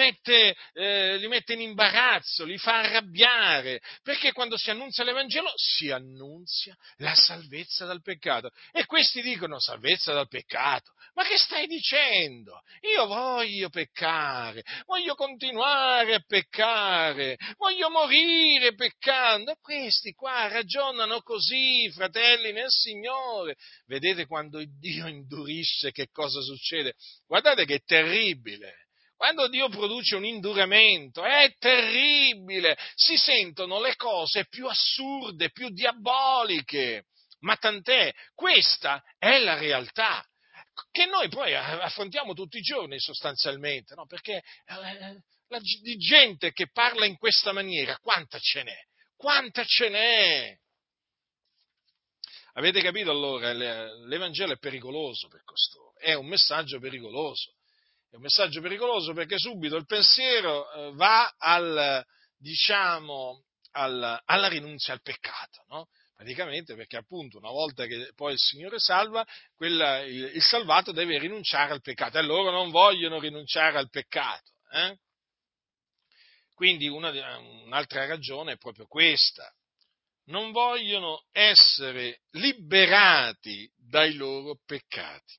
A: li mette in imbarazzo, li fa arrabbiare, perché quando si annunzia l'Evangelo si annunzia la salvezza dal peccato. E questi dicono salvezza dal peccato. Ma che stai dicendo? Io voglio peccare, voglio continuare a peccare, voglio morire peccando. E questi qua ragionano così, fratelli nel Signore. Vedete quando Dio indurisce che cosa succede? Guardate che è terribile. Quando Dio produce un induramento è terribile, si sentono le cose più assurde, più diaboliche, ma tant'è, questa è la realtà che noi poi affrontiamo tutti i giorni sostanzialmente, no? Perché di gente che parla in questa maniera, quanta ce n'è? Quanta ce n'è? Avete capito allora? L'Evangelo è pericoloso per costoro, è un messaggio pericoloso. È un messaggio pericoloso perché subito il pensiero va alla rinunzia al peccato, no? Praticamente perché appunto una volta che poi il Signore salva, il salvato deve rinunciare al peccato e loro non vogliono rinunciare al peccato. Quindi un'altra ragione è proprio questa. Non vogliono essere liberati dai loro peccati.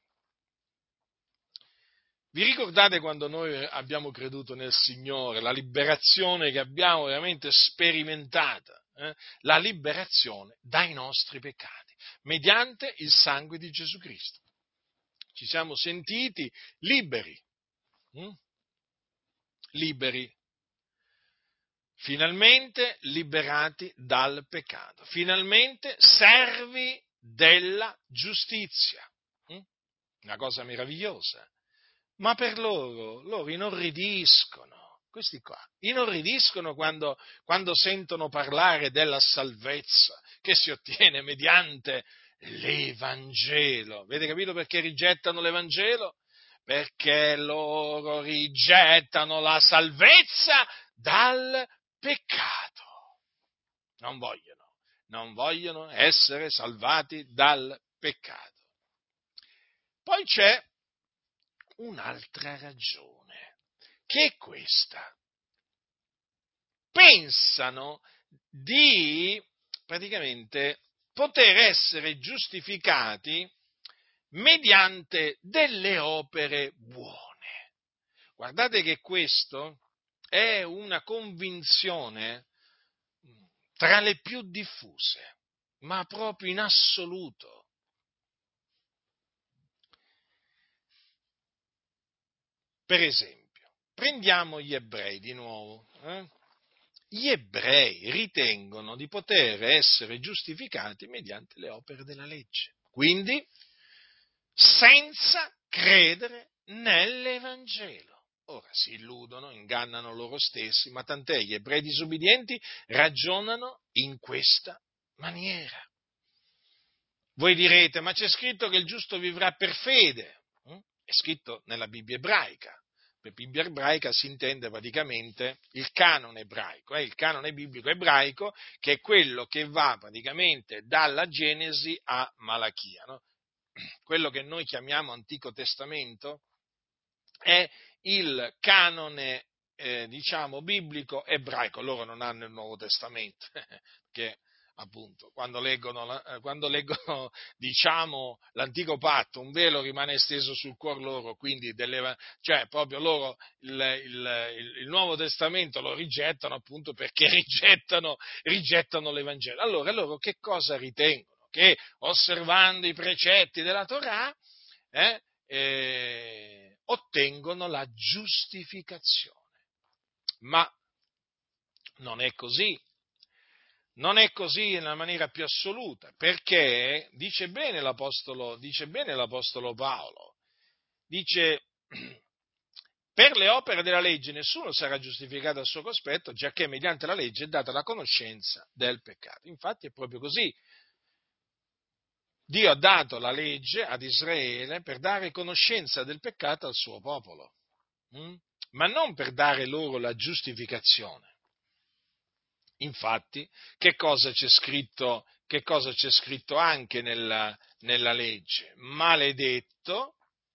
A: Vi ricordate quando noi abbiamo creduto nel Signore, la liberazione che abbiamo veramente sperimentata? La liberazione dai nostri peccati, mediante il sangue di Gesù Cristo. Ci siamo sentiti liberi, liberi, finalmente liberati dal peccato, finalmente servi della giustizia. Una cosa meravigliosa. Ma per loro inorridiscono, questi qua, inorridiscono quando sentono parlare della salvezza che si ottiene mediante l'Evangelo. Avete capito perché rigettano l'Evangelo? Perché loro rigettano la salvezza dal peccato. Non vogliono essere salvati dal peccato. Poi c'è un'altra ragione, che è questa. Pensano di praticamente poter essere giustificati mediante delle opere buone. Guardate che questo è una convinzione tra le più diffuse, ma proprio in assoluto. Per esempio, prendiamo gli ebrei di nuovo. Gli ebrei ritengono di poter essere giustificati mediante le opere della legge, quindi senza credere nell'Evangelo. Ora si illudono, ingannano loro stessi, ma tant'è, gli ebrei disubbidienti ragionano in questa maniera. Voi direte, ma c'è scritto che il giusto vivrà per fede. È scritto nella Bibbia ebraica. Per Bibbia ebraica si intende praticamente il canone ebraico, il canone biblico ebraico, che è quello che va praticamente dalla Genesi a Malachia. No? Quello che noi chiamiamo Antico Testamento è il canone, biblico ebraico. Loro non hanno il Nuovo Testamento, che appunto, quando leggono l'Antico Patto, un velo rimane steso sul cuore loro, quindi proprio loro il Nuovo Testamento lo rigettano appunto perché rigettano l'Evangelo. Allora loro che cosa ritengono? Che osservando i precetti della Torah ottengono la giustificazione. Ma non è così. Non è così nella maniera più assoluta, perché dice bene l'Apostolo Paolo, dice: per le opere della legge nessuno sarà giustificato a suo cospetto, giacché mediante la legge è data la conoscenza del peccato. Infatti è proprio così. Dio ha dato la legge ad Israele per dare conoscenza del peccato al suo popolo, ma non per dare loro la giustificazione. Infatti, che cosa c'è scritto anche nella legge? Maledetto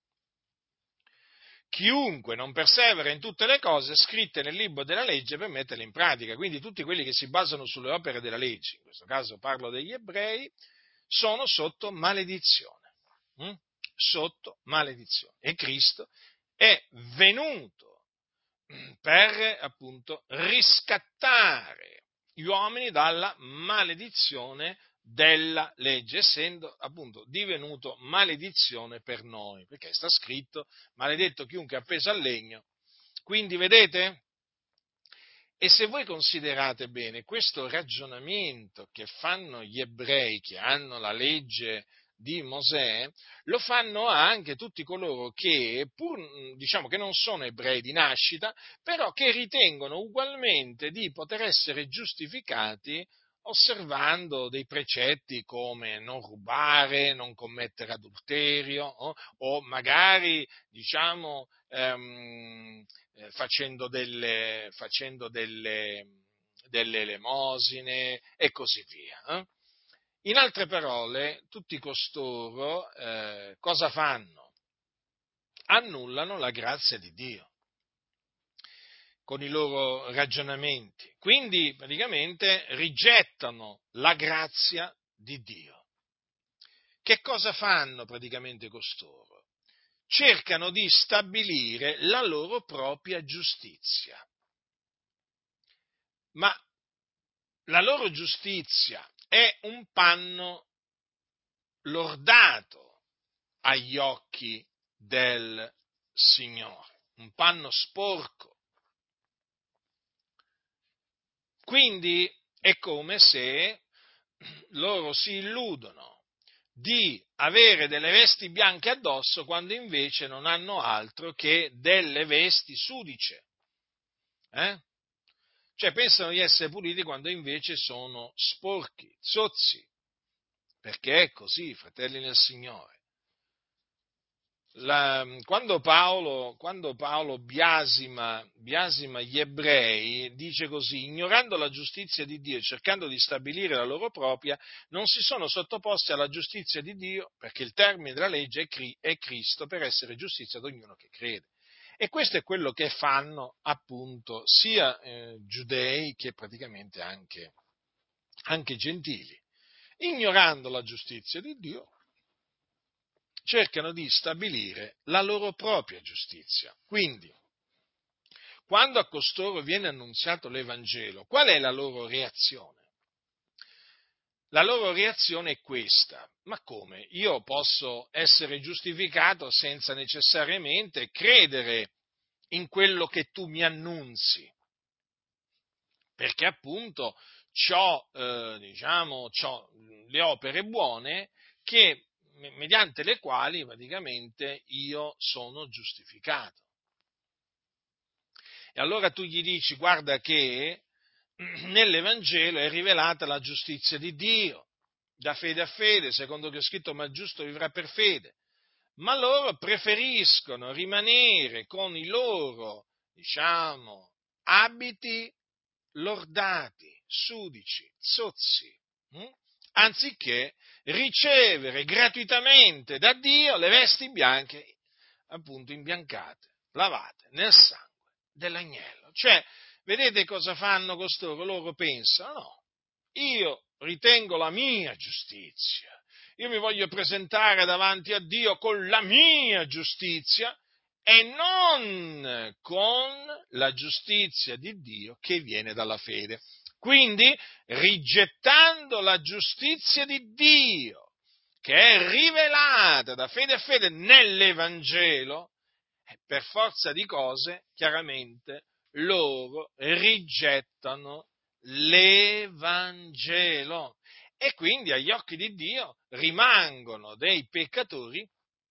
A: chiunque non persevera in tutte le cose scritte nel libro della legge per metterle in pratica. Quindi tutti quelli che si basano sulle opere della legge, in questo caso parlo degli ebrei, sono sotto maledizione. Sotto maledizione. E Cristo è venuto per appunto riscattare gli uomini dalla maledizione della legge, essendo appunto divenuto maledizione per noi, perché sta scritto: maledetto chiunque è appeso al legno. Quindi vedete? E se voi considerate bene questo ragionamento che fanno gli ebrei che hanno la legge di Mosè, lo fanno anche tutti coloro che, pur che non sono ebrei di nascita, però che ritengono ugualmente di poter essere giustificati osservando dei precetti come non rubare, non commettere adulterio, o magari, facendo delle elemosine e così via. In altre parole, tutti costoro cosa fanno? Annullano la grazia di Dio con i loro ragionamenti. Quindi praticamente rigettano la grazia di Dio. Che cosa fanno praticamente costoro? Cercano di stabilire la loro propria giustizia. Ma la loro giustizia è un panno lordato agli occhi del Signore, un panno sporco. Quindi è come se loro si illudono di avere delle vesti bianche addosso quando invece non hanno altro che delle vesti sudice. Cioè pensano di essere puliti quando invece sono sporchi, zozzi, perché è così, fratelli nel Signore. quando Paolo biasima gli ebrei, dice così: ignorando la giustizia di Dio e cercando di stabilire la loro propria, non si sono sottoposti alla giustizia di Dio, perché il termine della legge è Cristo, per essere giustizia ad ognuno che crede. E questo è quello che fanno appunto sia giudei che praticamente anche gentili. Ignorando la giustizia di Dio, cercano di stabilire la loro propria giustizia. Quindi, quando a costoro viene annunziato l'Evangelo, qual è la loro reazione? La loro reazione è questa: ma come? Io posso essere giustificato senza necessariamente credere in quello che tu mi annunzi, perché appunto c'ho le opere buone mediante le quali praticamente io sono giustificato. E allora tu gli dici: guarda che nell'Evangelo è rivelata la giustizia di Dio, da fede a fede, secondo che è scritto: ma il giusto vivrà per fede. Ma loro preferiscono rimanere con i loro, abiti lordati, sudici, zozzi, anziché ricevere gratuitamente da Dio le vesti bianche, appunto imbiancate, lavate nel sangue dell'agnello. Cioè, vedete cosa fanno costoro? Loro pensano: no, io ritengo la mia giustizia, io mi voglio presentare davanti a Dio con la mia giustizia e non con la giustizia di Dio che viene dalla fede. Quindi, rigettando la giustizia di Dio, che è rivelata da fede a fede nell'Evangelo, per forza di cose, chiaramente, loro rigettano l'Evangelo e quindi agli occhi di Dio rimangono dei peccatori,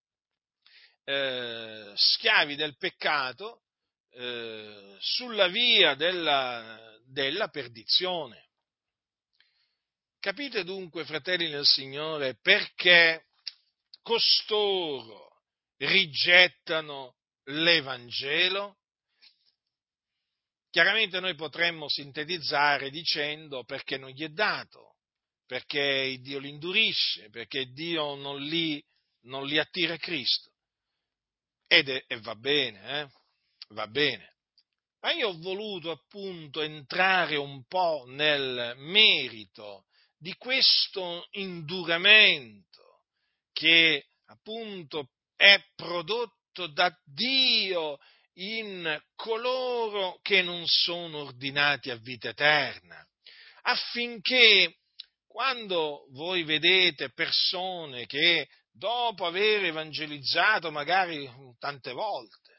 A: schiavi del peccato, sulla via della perdizione. Capite dunque, fratelli nel Signore, perché costoro rigettano l'Evangelo? Chiaramente noi potremmo sintetizzare dicendo: perché non gli è dato, perché Dio li indurisce, perché Dio non li attira a Cristo. E va bene, va bene. Ma io ho voluto appunto entrare un po' nel merito di questo induramento che appunto è prodotto da Dio in coloro che non sono ordinati a vita eterna, affinché quando voi vedete persone che dopo aver evangelizzato magari tante volte,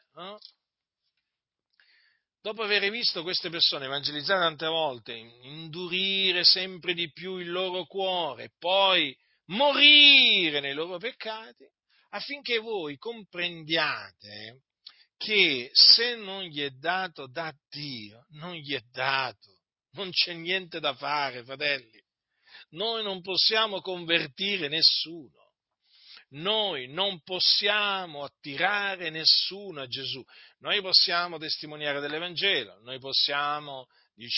A: dopo aver visto queste persone evangelizzate tante volte, indurire sempre di più il loro cuore, poi morire nei loro peccati, affinché voi comprendiate che se non gli è dato da Dio, non gli è dato, non c'è niente da fare, fratelli. Noi non possiamo convertire nessuno. Noi non possiamo attirare nessuno a Gesù. Noi possiamo testimoniare dell'Evangelo, noi possiamo,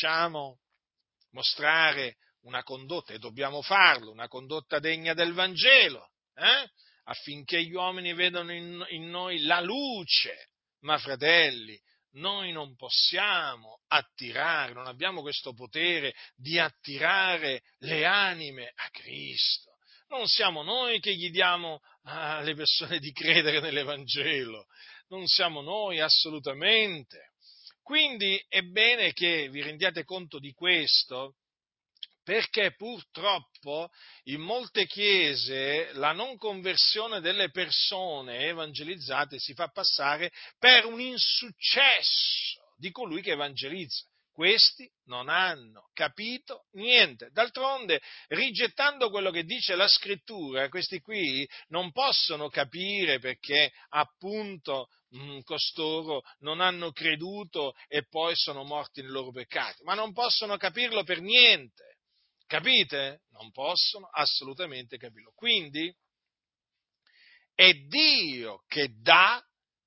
A: mostrare una condotta, e dobbiamo farlo, una condotta degna del Vangelo, affinché gli uomini vedano in noi la luce. Ma fratelli, noi non possiamo attirare, non abbiamo questo potere di attirare le anime a Cristo. Non siamo noi che gli diamo alle persone di credere nell'Evangelo, non siamo noi assolutamente. Quindi è bene che vi rendiate conto di questo, perché purtroppo in molte chiese la non conversione delle persone evangelizzate si fa passare per un insuccesso di colui che evangelizza. Questi non hanno capito niente. D'altronde, rigettando quello che dice la Scrittura, questi qui non possono capire perché appunto costoro non hanno creduto e poi sono morti nei loro peccati, ma non possono capirlo per niente. Capite? Non possono assolutamente capirlo. Quindi è Dio che dà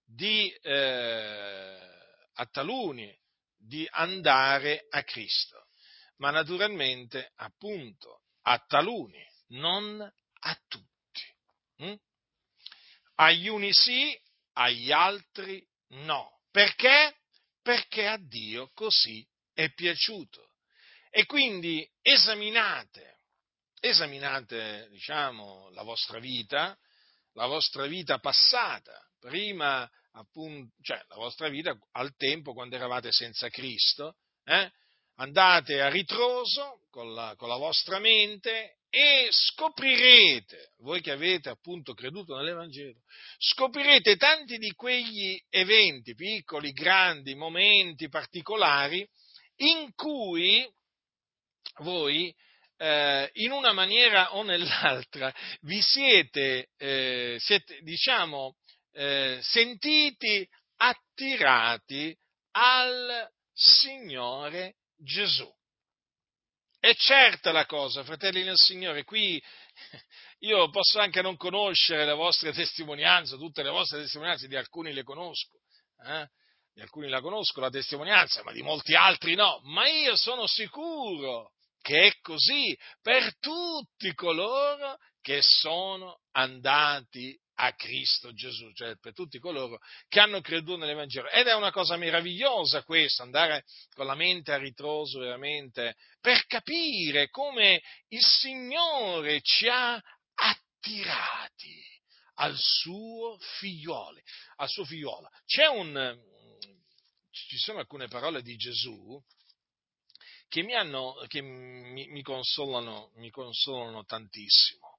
A: a taluni di andare a Cristo, ma naturalmente, appunto, a taluni, non a tutti. Mm? Agli uni sì, agli altri no. Perché? Perché a Dio così è piaciuto. E quindi esaminate, diciamo, la vostra vita passata, prima appunto, cioè la vostra vita al tempo quando eravate senza Cristo, andate a ritroso con la vostra mente e scoprirete, voi che avete appunto creduto nell'Evangelo, scoprirete tanti di quegli eventi, piccoli, grandi, momenti particolari, in cui voi in una maniera o nell'altra vi siete diciamo, sentiti attirati al Signore Gesù. È certa la cosa, fratelli nel Signore, qui io posso anche non conoscere le vostre testimonianze, tutte le vostre testimonianze, di alcuni le conosco, di alcuni la conosco la testimonianza, ma di molti altri no, ma io sono sicuro che è così per tutti coloro che sono andati a Cristo Gesù, cioè per tutti coloro che hanno creduto nell'Evangelo. Ed è una cosa meravigliosa questo, andare con la mente a ritroso veramente, per capire come il Signore ci ha attirati al suo figliolo, al suo figliolo. Ci sono alcune parole di Gesù che mi consolano tantissimo.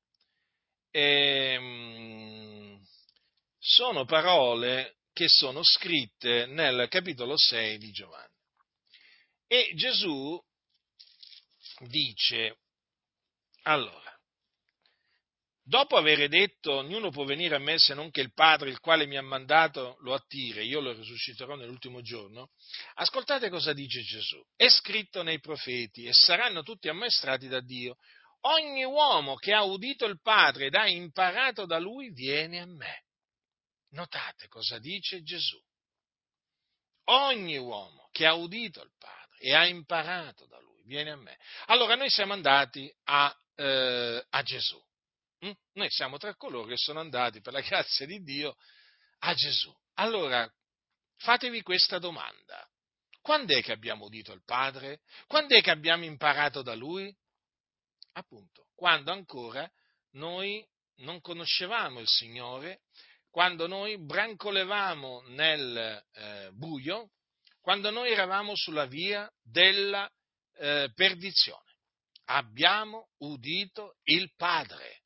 A: Sono parole che sono scritte nel capitolo 6 di Giovanni. E Gesù dice, allora, dopo aver detto, ognuno può venire a me se non che il Padre, il quale mi ha mandato, lo attiri, io lo risusciterò nell'ultimo giorno, ascoltate cosa dice Gesù. È scritto nei profeti e saranno tutti ammaestrati da Dio. Ogni uomo che ha udito il Padre ed ha imparato da Lui viene a me. Notate cosa dice Gesù. Ogni uomo che ha udito il Padre e ha imparato da Lui viene a me. Allora noi siamo andati a Gesù. Noi siamo tra coloro che sono andati per la grazia di Dio a Gesù. Allora fatevi questa domanda. Quando è che abbiamo udito il Padre? Quando è che abbiamo imparato da Lui? Appunto, quando ancora noi non conoscevamo il Signore, quando noi brancolevamo nel buio, quando noi eravamo sulla via della perdizione. Abbiamo udito il Padre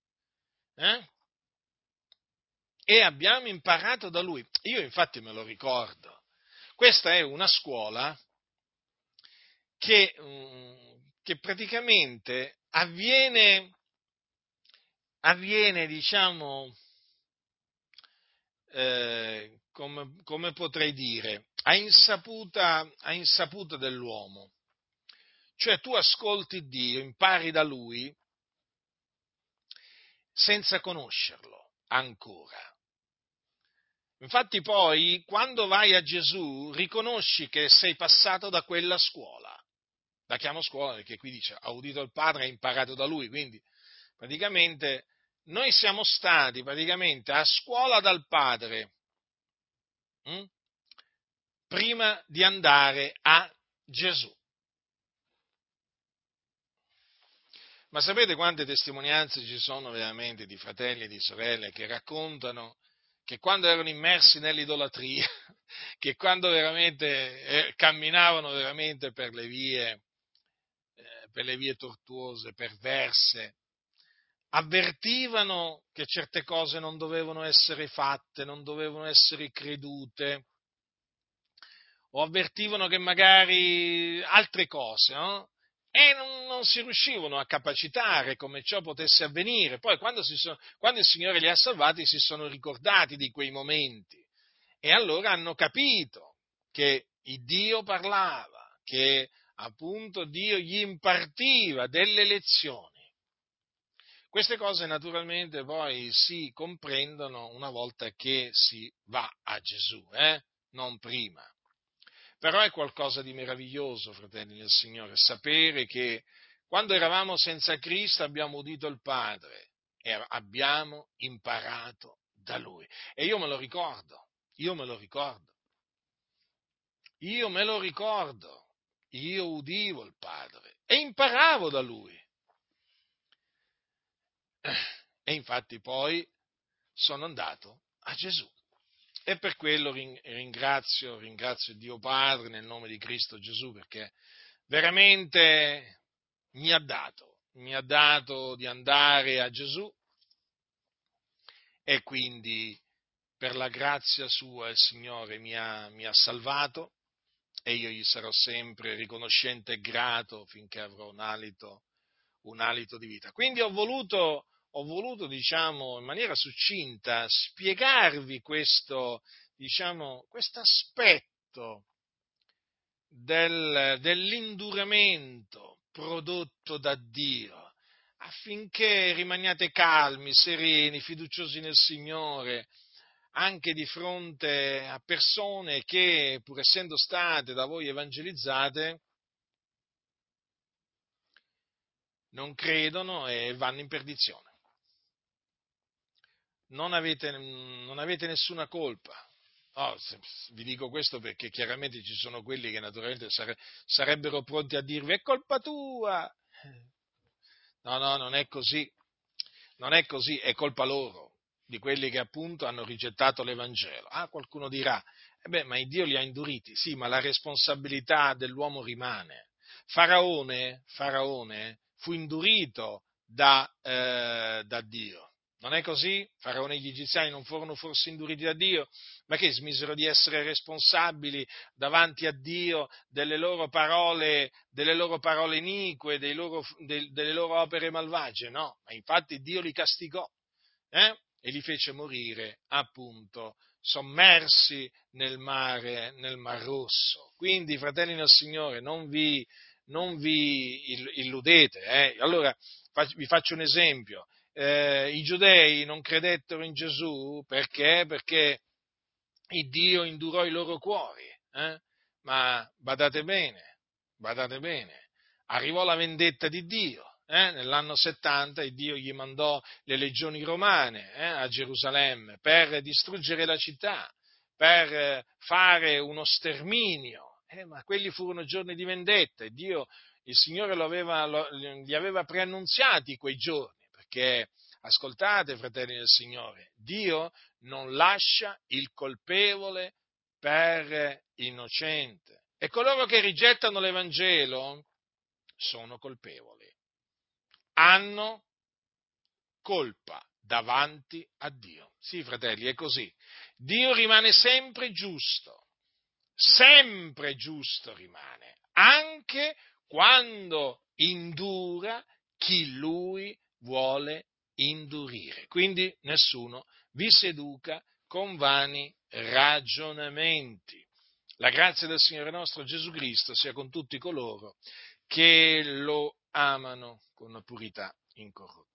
A: e abbiamo imparato da Lui. Io infatti me lo ricordo. Questa è una scuola che praticamente avviene, diciamo, come potrei dire, a insaputa dell'uomo. Cioè tu ascolti Dio, impari da Lui, senza conoscerlo ancora. Infatti poi, quando vai a Gesù, riconosci che sei passato da quella scuola. La chiamo scuola perché qui dice, ha udito il Padre e ha imparato da Lui, quindi praticamente noi siamo stati praticamente a scuola dal Padre, prima di andare a Gesù. Ma sapete quante testimonianze ci sono veramente di fratelli e di sorelle che raccontano che quando erano immersi nell'idolatria, che quando veramente camminavano veramente per le vie tortuose, perverse, avvertivano che certe cose non dovevano essere fatte, non dovevano essere credute, o avvertivano che magari altre cose, no? E non si riuscivano a capacitare come ciò potesse avvenire. Poi quando il Signore li ha salvati si sono ricordati di quei momenti e allora hanno capito che il Dio parlava, che appunto Dio gli impartiva delle lezioni. Queste cose naturalmente poi si comprendono una volta che si va a Gesù, non prima. Però è qualcosa di meraviglioso, fratelli del Signore, sapere che quando eravamo senza Cristo abbiamo udito il Padre e abbiamo imparato da Lui. E io me lo ricordo, io me lo ricordo, io me lo ricordo, io udivo il Padre e imparavo da Lui. E infatti poi sono andato a Gesù. E per quello ringrazio Dio Padre nel nome di Cristo Gesù, perché veramente mi ha dato di andare a Gesù e quindi per la grazia sua il Signore mi ha salvato e io gli sarò sempre riconoscente e grato finché avrò un alito di vita. Quindi ho voluto, diciamo, in maniera succinta spiegarvi questo aspetto dell'induramento prodotto da Dio, affinché rimaniate calmi, sereni, fiduciosi nel Signore, anche di fronte a persone che, pur essendo state da voi evangelizzate, non credono e vanno in perdizione. Non avete nessuna colpa. Oh, vi dico questo perché chiaramente ci sono quelli che naturalmente sarebbero pronti a dirvi è colpa tua. No, no, non è così, è colpa loro, di quelli che appunto hanno rigettato l'Evangelo. Ah, qualcuno dirà, ma il Dio li ha induriti, sì, ma la responsabilità dell'uomo rimane. Faraone fu indurito da Dio. Non è così? Faraone e gli egiziani non furono forse induriti da Dio? Ma che smisero di essere responsabili davanti a Dio delle loro parole inique, delle loro opere malvagie? No, ma infatti Dio li castigò, e li fece morire appunto sommersi nel Mar Rosso. Quindi, fratelli del Signore, non vi illudete. Allora, vi faccio un esempio. I giudei non credettero in Gesù perché il Dio indurò i loro cuori, ma badate bene, arrivò la vendetta di Dio. Nell'anno 70 il Dio gli mandò le legioni romane a Gerusalemme per distruggere la città, per fare uno sterminio, ma quelli furono giorni di vendetta e il Signore li aveva preannunziati quei giorni, perché ascoltate, fratelli del Signore, Dio non lascia il colpevole per innocente e coloro che rigettano l'Evangelo sono colpevoli, hanno colpa davanti a Dio. Sì, fratelli, è così. Dio rimane sempre giusto rimane, anche quando indura chi lui vuole indurire. Quindi nessuno vi seduca con vani ragionamenti. La grazia del Signore nostro Gesù Cristo sia con tutti coloro che lo amano con una purità incorrotta.